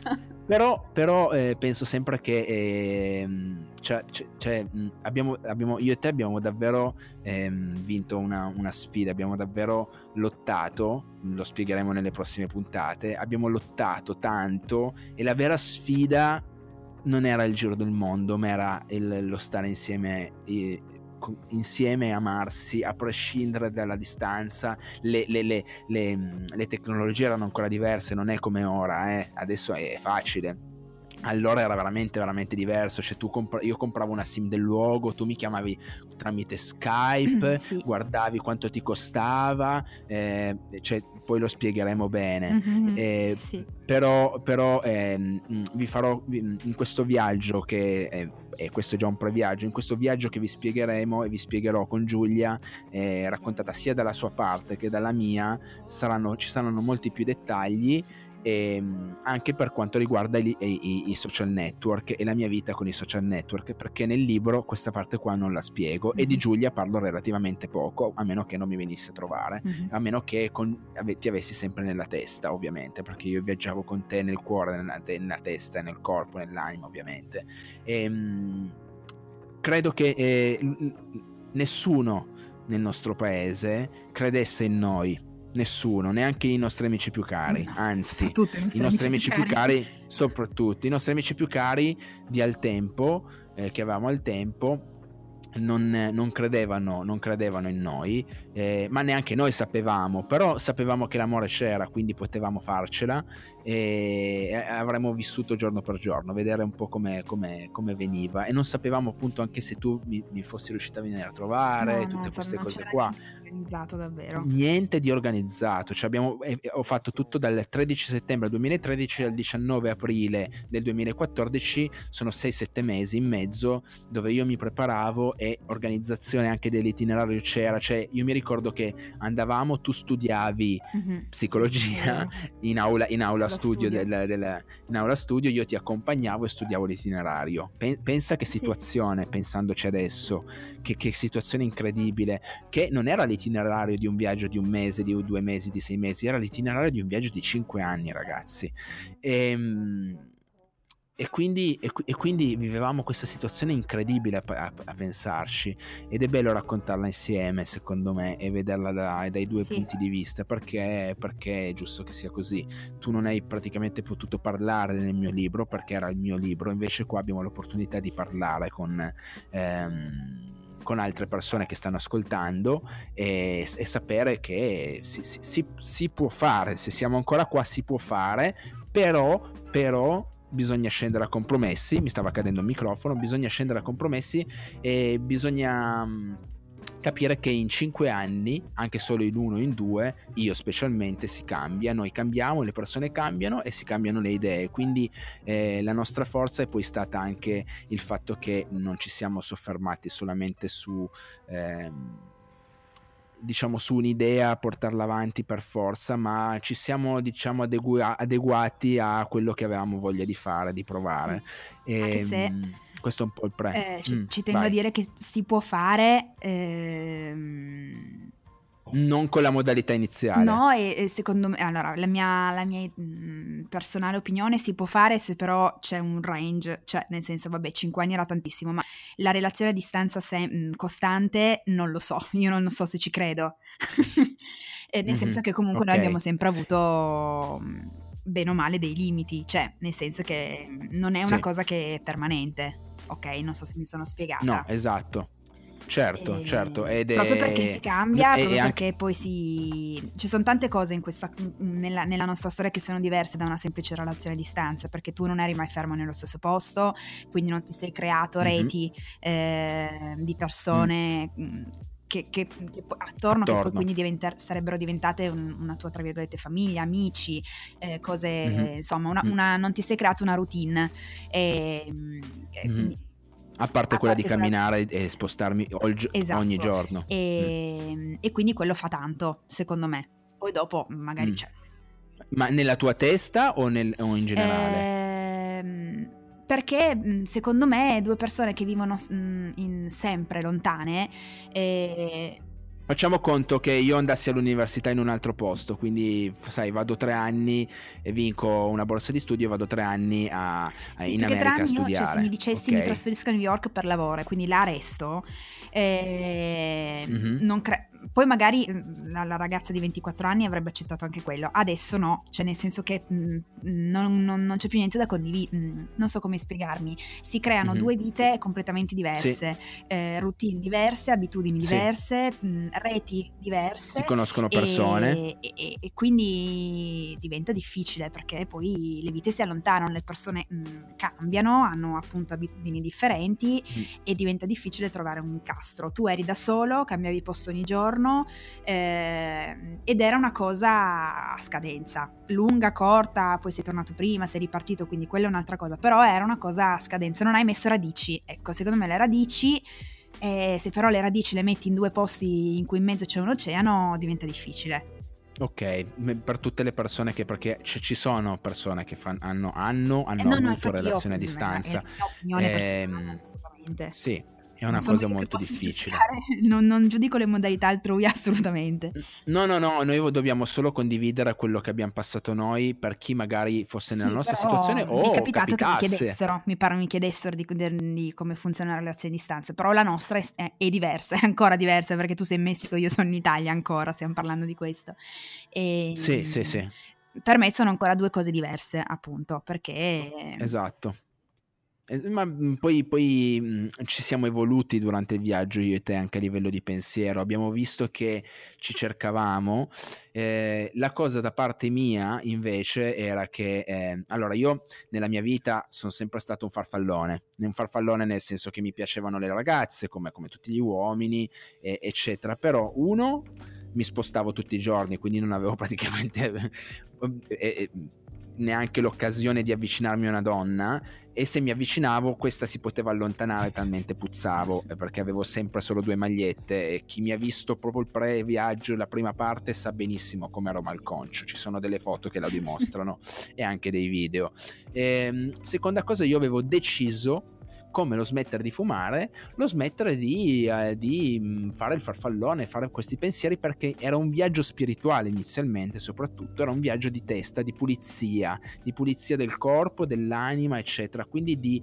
però, però eh, penso sempre che eh, cioè, cioè, abbiamo, abbiamo, io e te abbiamo davvero eh, vinto una, una sfida, abbiamo davvero lottato, lo spiegheremo nelle prossime puntate, abbiamo lottato tanto, e la vera sfida non era il giro del mondo, ma era il, lo stare insieme eh, insieme e amarsi a prescindere dalla distanza. Le, le, le, le, le tecnologie erano ancora diverse, non è come ora, eh. Adesso è facile. Allora era veramente veramente diverso. Cioè tu compra- io compravo una sim del luogo, tu mi chiamavi tramite Skype, sì. Guardavi quanto ti costava, eh, cioè, poi lo spiegheremo bene. Mm-hmm, eh, sì. però, però eh, vi farò in questo viaggio che è, e questo è già un previaggio, in questo viaggio che vi spiegheremo e vi spiegherò con Giulia, eh, raccontata sia dalla sua parte che dalla mia, saranno, ci saranno molti più dettagli, e anche per quanto riguarda i, i, i social network e la mia vita con i social network, perché nel libro questa parte qua non la spiego, mm-hmm. e di Giulia parlo relativamente poco, a meno che non mi venisse a trovare, mm-hmm. a meno che con, ti avessi sempre nella testa, ovviamente, perché io viaggiavo con te nel cuore, nella, nella testa, nel corpo, nell'anima, ovviamente. E, mh, credo che eh, nessuno nel nostro paese credesse in noi, nessuno, neanche i nostri amici più cari, no, anzi i nostri, i nostri amici, amici più cari, soprattutto i nostri amici più cari di al tempo, eh, che avevamo al tempo, non, non credevano non credevano in noi, eh, ma neanche noi sapevamo, però sapevamo che l'amore c'era, quindi potevamo farcela, e avremmo vissuto giorno per giorno, vedere un po' come, come, come veniva, e non sapevamo appunto anche se tu mi, mi fossi riuscita a venire a trovare, no, tutte no, queste cose qua. Organizzato davvero. Niente di organizzato, cioè abbiamo, eh, ho fatto tutto dal tredici settembre duemilatredici al diciannove aprile del duemilaquattordici, sono sei sette mesi in mezzo dove io mi preparavo e organizzazione anche dell'itinerario c'era, cioè io mi ricordo che andavamo, tu studiavi mm-hmm. psicologia sì, in aula, in aula studio, studio. Del, del, in aula studio, io ti accompagnavo e studiavo l'itinerario. Pensa che situazione, sì. Pensandoci adesso, che, che situazione incredibile, che non era l'itinerario di un viaggio di un mese, di due mesi, di sei mesi, era l'itinerario di un viaggio di cinque anni, ragazzi. E, e, quindi, e, e quindi vivevamo questa situazione incredibile a, a, a pensarci, ed è bello raccontarla insieme, secondo me, e vederla da, dai due sì. punti di vista, perché, perché è giusto che sia così. Tu non hai praticamente potuto parlare nel mio libro perché era il mio libro, invece qua abbiamo l'opportunità di parlare con ehm, con altre persone che stanno ascoltando e, e sapere che si, si, si può fare, se siamo ancora qua si può fare, però però bisogna scendere a compromessi. Mi stava cadendo il microfono. Bisogna scendere a compromessi e bisogna capire che in cinque anni, anche solo in uno o in due, io specialmente, si cambia, noi cambiamo, le persone cambiano e si cambiano le idee. Quindi eh, la nostra forza è poi stata anche il fatto che non ci siamo soffermati solamente su ehm, diciamo su un'idea a portarla avanti per forza, ma ci siamo diciamo adegua- adeguati a quello che avevamo voglia di fare, di provare. Sì. E, anche se mh, questo è un po' il pre eh, ci, mm, ci tengo vai. a dire che si può fare ehm... non con la modalità iniziale. No, e, e secondo me, allora, la mia, la mia mh, personale opinione, si può fare se però c'è un range, cioè nel senso, vabbè, cinque anni era tantissimo, ma la relazione a distanza se, mh, costante non lo so, io non so se ci credo. e nel mm-hmm. senso che comunque okay. noi abbiamo sempre avuto bene o male dei limiti, cioè nel senso che non è una sì. cosa che è permanente, ok? Non so se mi sono spiegata. No, esatto. Certo, e... certo. Ed proprio è... perché si cambia, e, proprio e perché anche... poi si... ci sono tante cose in questa, nella, nella nostra storia che sono diverse da una semplice relazione a distanza, perché tu non eri mai fermo nello stesso posto, quindi non ti sei creato reti mm-hmm. eh, di persone mm. Che, che, che attorno, attorno che poi quindi diventa, sarebbero diventate un, una tua tra virgolette famiglia, amici, eh, cose mm-hmm. insomma una, una, non ti sei creato una routine e, mm-hmm. e quindi a parte a quella parte di camminare quella... e spostarmi oggi, esatto. ogni giorno. E, mm. e quindi quello fa tanto, secondo me. Poi dopo magari mm. c'è. Ma nella tua testa o, nel, o in generale? Ehm, perché secondo me due persone che vivono in, sempre lontane... E... Facciamo conto che io andassi all'università in un altro posto, quindi sai, vado tre anni e vinco una borsa di studio e vado tre anni a, a sì, in America a studiare. Io, cioè, se mi dicessi okay. mi trasferisco a New York per lavoro e quindi là resto, eh, mm-hmm. non cre- poi magari la, la ragazza di ventiquattro anni avrebbe accettato anche quello, adesso no, cioè nel senso che mh, non, non, non c'è più niente da condividere, non so come spiegarmi, si creano mm-hmm. due vite completamente diverse, sì. eh, routine diverse, abitudini sì. diverse, mh, reti diverse, si conoscono persone e, e, e quindi diventa difficile perché poi le vite si allontanano, le persone mh, cambiano, hanno appunto abitudini differenti mm. e diventa difficile trovare un incastro. Tu eri da solo, cambiavi posto ogni giorno, eh, ed era una cosa a scadenza, lunga, corta, poi sei tornato prima, sei ripartito, quindi quella è un'altra cosa, però era una cosa a scadenza, non hai messo radici. Ecco, secondo me le radici, eh, se però le radici le metti in due posti in cui in mezzo c'è un oceano, diventa difficile. Ok, per tutte le persone che, perché c- ci sono persone che fan, hanno, hanno, hanno eh no, avuto no, relazioni io, a distanza. È la mia opinione personale, assolutamente. Sì. È una cosa molto difficile. Non, non giudico le modalità altrui assolutamente. No, no, no, noi dobbiamo solo condividere quello che abbiamo passato noi per chi magari fosse nella sì, nostra situazione o mi è capitato capitasse. che mi chiedessero, mi pare mi chiedessero di, di, di come funziona la relazione a distanza, però la nostra è, è, è diversa, è ancora diversa perché tu sei in Messico, io sono in Italia ancora, stiamo parlando di questo. E, sì, sì, sì. Per me sono ancora due cose diverse, appunto, perché... Esatto. Ma poi, poi mh, ci siamo evoluti durante il viaggio, io e te, anche a livello di pensiero. Abbiamo visto che ci cercavamo. Eh, la cosa da parte mia invece era che eh, allora io nella mia vita sono sempre stato un farfallone, un farfallone nel senso che mi piacevano le ragazze come, come tutti gli uomini, eh, eccetera. Però uno, mi spostavo tutti i giorni, quindi non avevo praticamente eh, eh, neanche l'occasione di avvicinarmi a una donna, e se mi avvicinavo questa si poteva allontanare talmente puzzavo, perché avevo sempre solo due magliette, e chi mi ha visto proprio il pre-viaggio, la prima parte, sa benissimo come ero malconcio. Ci sono delle foto che la dimostrano e anche dei video. E, seconda cosa, io avevo deciso come lo smettere di fumare, lo smettere di, eh, di fare il farfallone, fare questi pensieri, perché era un viaggio spirituale inizialmente, soprattutto era un viaggio di testa, di pulizia, di pulizia del corpo, dell'anima, eccetera, quindi di,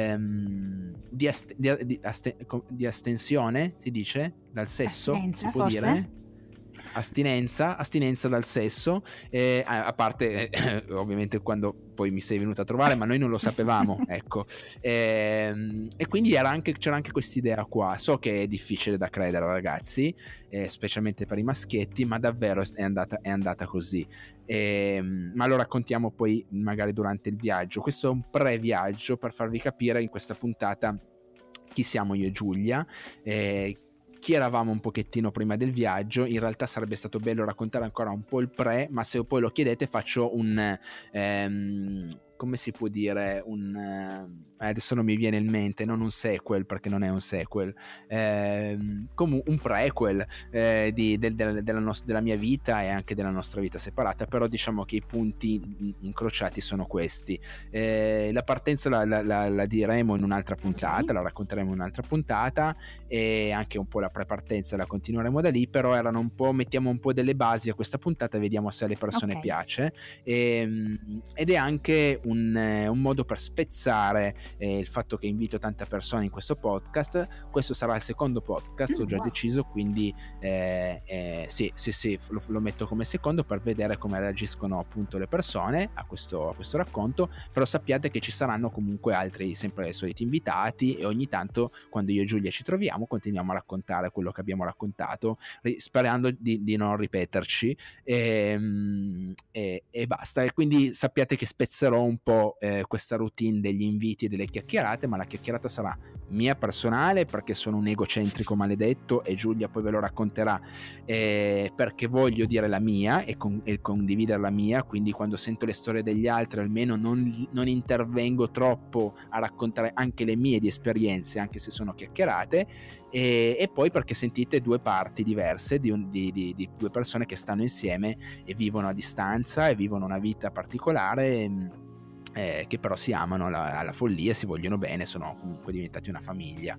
ehm, di, ast- di, di, aste- di astensione, si dice, dal sesso, Astinenza, si può forse? dire? Astinenza, astinenza dal sesso, eh, a parte eh, ovviamente quando poi mi sei venuta a trovare, ma noi non lo sapevamo, ecco, e, e quindi era anche, c'era anche quest'idea qua. So che è difficile da credere, ragazzi, eh, specialmente per i maschietti, ma davvero è andata, è andata così. E, ma lo raccontiamo poi magari durante il viaggio. Questo è un pre-viaggio per farvi capire in questa puntata chi siamo io e Giulia, eh, chi eravamo un pochettino prima del viaggio. In realtà sarebbe stato bello raccontare ancora un po' il pre, ma se poi lo chiedete faccio un ehm, come si può dire, un eh, adesso non mi viene in mente, non un sequel perché non è un sequel, eh, come un prequel eh, di, del, del, della, nos- della mia vita e anche della nostra vita separata, però diciamo che i punti incrociati sono questi. Eh, la partenza la, la, la, la diremo in un'altra puntata, okay. La racconteremo in un'altra puntata, e anche un po' la prepartenza la continueremo da lì, però erano un po', mettiamo un po' delle basi a questa puntata, vediamo se alle persone okay. piace, e, ed è anche un, un modo per spezzare eh, il fatto che invito tante persone in questo podcast. Questo sarà il secondo podcast, mm, ho già wow. deciso, quindi eh, eh, sì, sì, sì, lo, lo metto come secondo per vedere come reagiscono appunto le persone a questo, a questo racconto, però sappiate che ci saranno comunque altri, sempre i soliti invitati, e ogni tanto quando io e Giulia ci troviamo continuiamo a raccontare quello che abbiamo raccontato, sperando di, di non ripeterci, e, e, e basta. E quindi sappiate che spezzerò un po' eh, questa routine degli inviti e delle chiacchierate, ma la chiacchierata sarà mia personale perché sono un egocentrico maledetto, e Giulia poi ve lo racconterà eh, perché voglio dire la mia e, con, e condividere la mia, quindi quando sento le storie degli altri almeno non, non intervengo troppo a raccontare anche le mie di esperienze, anche se sono chiacchierate, e, e poi perché sentite due parti diverse di, un, di, di, di due persone che stanno insieme e vivono a distanza e vivono una vita particolare, Eh, che però si amano alla, alla follia, si vogliono bene, sono comunque diventati una famiglia.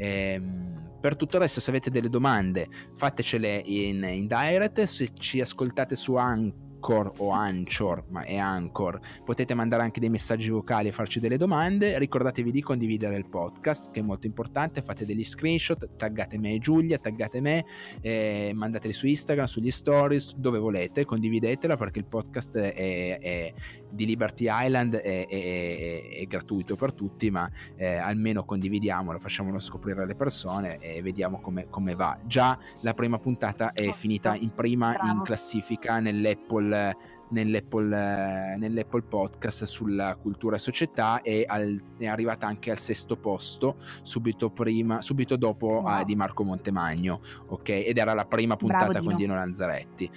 Ehm, per tutto il resto, se avete delle domande fatecele in, in direct. Se ci ascoltate su Anchor o Anchor, ma è Anchor, potete mandare anche dei messaggi vocali e farci delle domande. Ricordatevi di condividere il podcast, che è molto importante. Fate degli screenshot, taggate me e Giulia, taggate me, eh, mandateli su Instagram, sugli stories, dove volete, condividetela, perché il podcast è, è di Liberty Island, è, è, è gratuito per tutti, ma eh, almeno condividiamolo, facciamolo scoprire alle persone e vediamo come, come va. Già la prima puntata è finita in prima Bravo. in classifica nell'Apple nell'Apple, nell'Apple Podcast sulla cultura e società, e al, è arrivata anche al sesto posto, subito prima subito dopo wow. uh, di Marco Montemagno, ok, ed era la prima puntata bravo, con Dino, Dino Lanzaretti.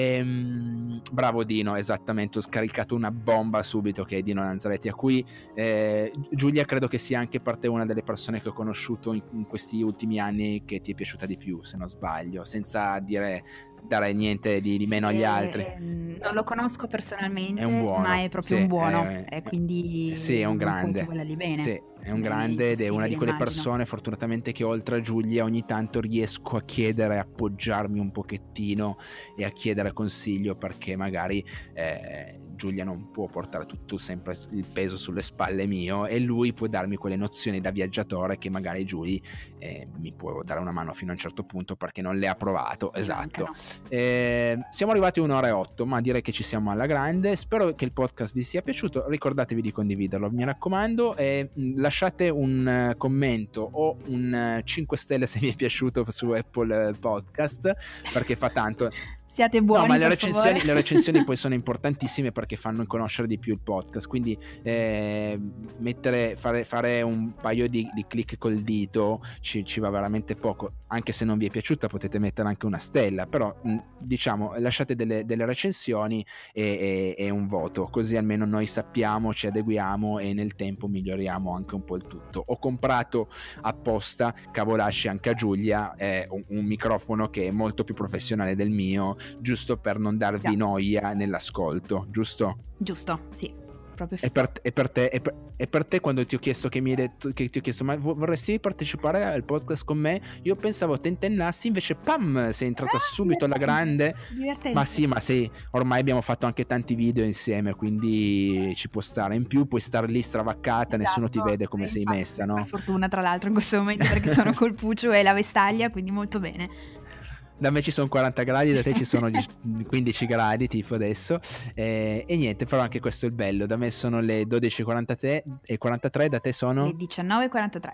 Ehm, bravo Dino, esattamente, ho scaricato una bomba subito, che è Dino Lanzaretti, a cui eh, Giulia credo che sia anche per te una delle persone che ho conosciuto in, in questi ultimi anni che ti è piaciuta di più, se non sbaglio, senza dire dare niente di, di meno sì, agli altri. Ehm, non lo conosco personalmente, è un buono, ma è proprio sì, un buono, è, e quindi sì, è un grande, bene. sì, è un grande, ed è una di quelle persone fortunatamente che oltre a Giulia ogni tanto riesco a chiedere, a appoggiarmi un pochettino e a chiedere consiglio, perché magari eh, Giulia non può portare tutto sempre il peso sulle spalle mio, e lui può darmi quelle nozioni da viaggiatore che magari Giulia eh, mi può dare una mano fino a un certo punto, perché non le ha provato. Esatto. Eh, siamo arrivati a un'ora e otto, ma direi che ci siamo alla grande. Spero che il podcast vi sia piaciuto, ricordatevi di condividerlo, mi raccomando, e mh, lasciate un uh, commento o un uh, cinque stelle se vi è piaciuto su Apple Podcast, perché fa tanto. Siate buoni, no, ma le per recensioni, favore. le recensioni poi sono importantissime perché fanno conoscere di più il podcast, quindi eh, mettere, fare, fare un paio di, di click col dito ci, ci va veramente poco. Anche se non vi è piaciuta potete mettere anche una stella, però mh, diciamo lasciate delle, delle recensioni e, e, e un voto, così almeno noi sappiamo, ci adeguiamo e nel tempo miglioriamo anche un po' il tutto. Ho comprato apposta, cavolasci anche a Giulia, eh, un, un microfono che è molto più professionale del mio, giusto per non darvi Già. noia nell'ascolto, giusto? Giusto, sì, proprio E per, e per te, e per, e per te quando ti ho chiesto che mi hai detto, che ti ho chiesto ma vorresti partecipare al podcast con me, io pensavo tentennassi, invece pam, sei entrata Ah, subito alla grande. divertente. Ma sì, ma sì, ormai abbiamo fatto anche tanti video insieme, quindi ci può stare. In più puoi stare lì stravaccata, Esatto, nessuno ti vede come eh, sei infatti, messa, per no? fortuna tra l'altro in questo momento perché sono col puccio e la vestaglia, quindi molto bene. Da me ci sono quaranta gradi, da te ci sono quindici gradi tipo adesso, eh, e niente, però anche questo è il bello. Da me sono le dodici e quarantatré, da te sono? Le diciannove e quarantatré.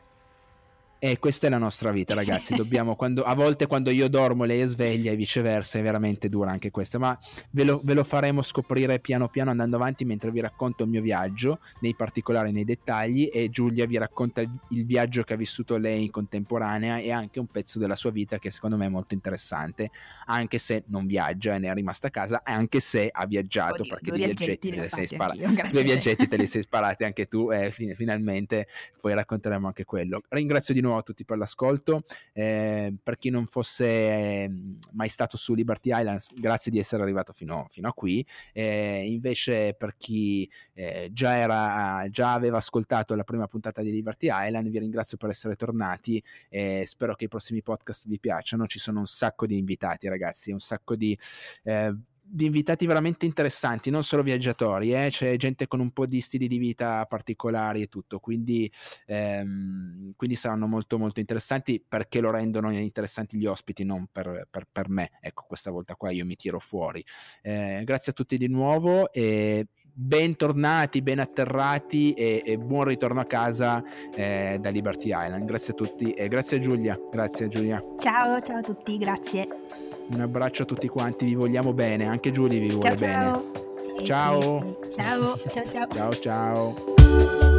E questa è la nostra vita, ragazzi. Dobbiamo, quando, a volte quando io dormo lei è sveglia e viceversa, è veramente dura anche questa, ma ve lo, ve lo faremo scoprire piano piano andando avanti mentre vi racconto il mio viaggio, nei particolari, nei dettagli, e Giulia vi racconta il, il viaggio che ha vissuto lei in contemporanea e anche un pezzo della sua vita che secondo me è molto interessante, anche se non viaggia e ne è rimasta a casa, anche se ha viaggiato, Oddio, perché due di viaggetti viaggetti te ne ho li sei fatti sparati. anch'io, grazie Due a te. viaggetti te li sei sparati anche tu e finalmente poi racconteremo anche quello. Ringrazio di nuovo a tutti per l'ascolto, eh, per chi non fosse eh, mai stato su Liberty Islands, grazie di essere arrivato fino, fino a qui, eh, invece per chi eh, già, era, già aveva ascoltato la prima puntata di Liberty Island, vi ringrazio per essere tornati e spero che i prossimi podcast vi piacciono. Ci sono un sacco di invitati, ragazzi, un sacco di eh, di invitati veramente interessanti, non solo viaggiatori, eh? C'è gente con un po' di stili di vita particolari e tutto, quindi, ehm, quindi saranno molto molto interessanti perché lo rendono interessanti gli ospiti, non per, per, per me. Ecco, questa volta qua io mi tiro fuori. Eh, grazie a tutti di nuovo e bentornati, ben atterrati e, e buon ritorno a casa eh, da Liberty Island. Grazie a tutti e grazie a Giulia. Grazie Giulia. Ciao, ciao a tutti, grazie. Un abbraccio a tutti quanti, vi vogliamo bene, anche Giulia vi vuole ciao, ciao. bene. Sì, Ciao. sì, sì. Ciao, ciao, ciao. Ciao, ciao.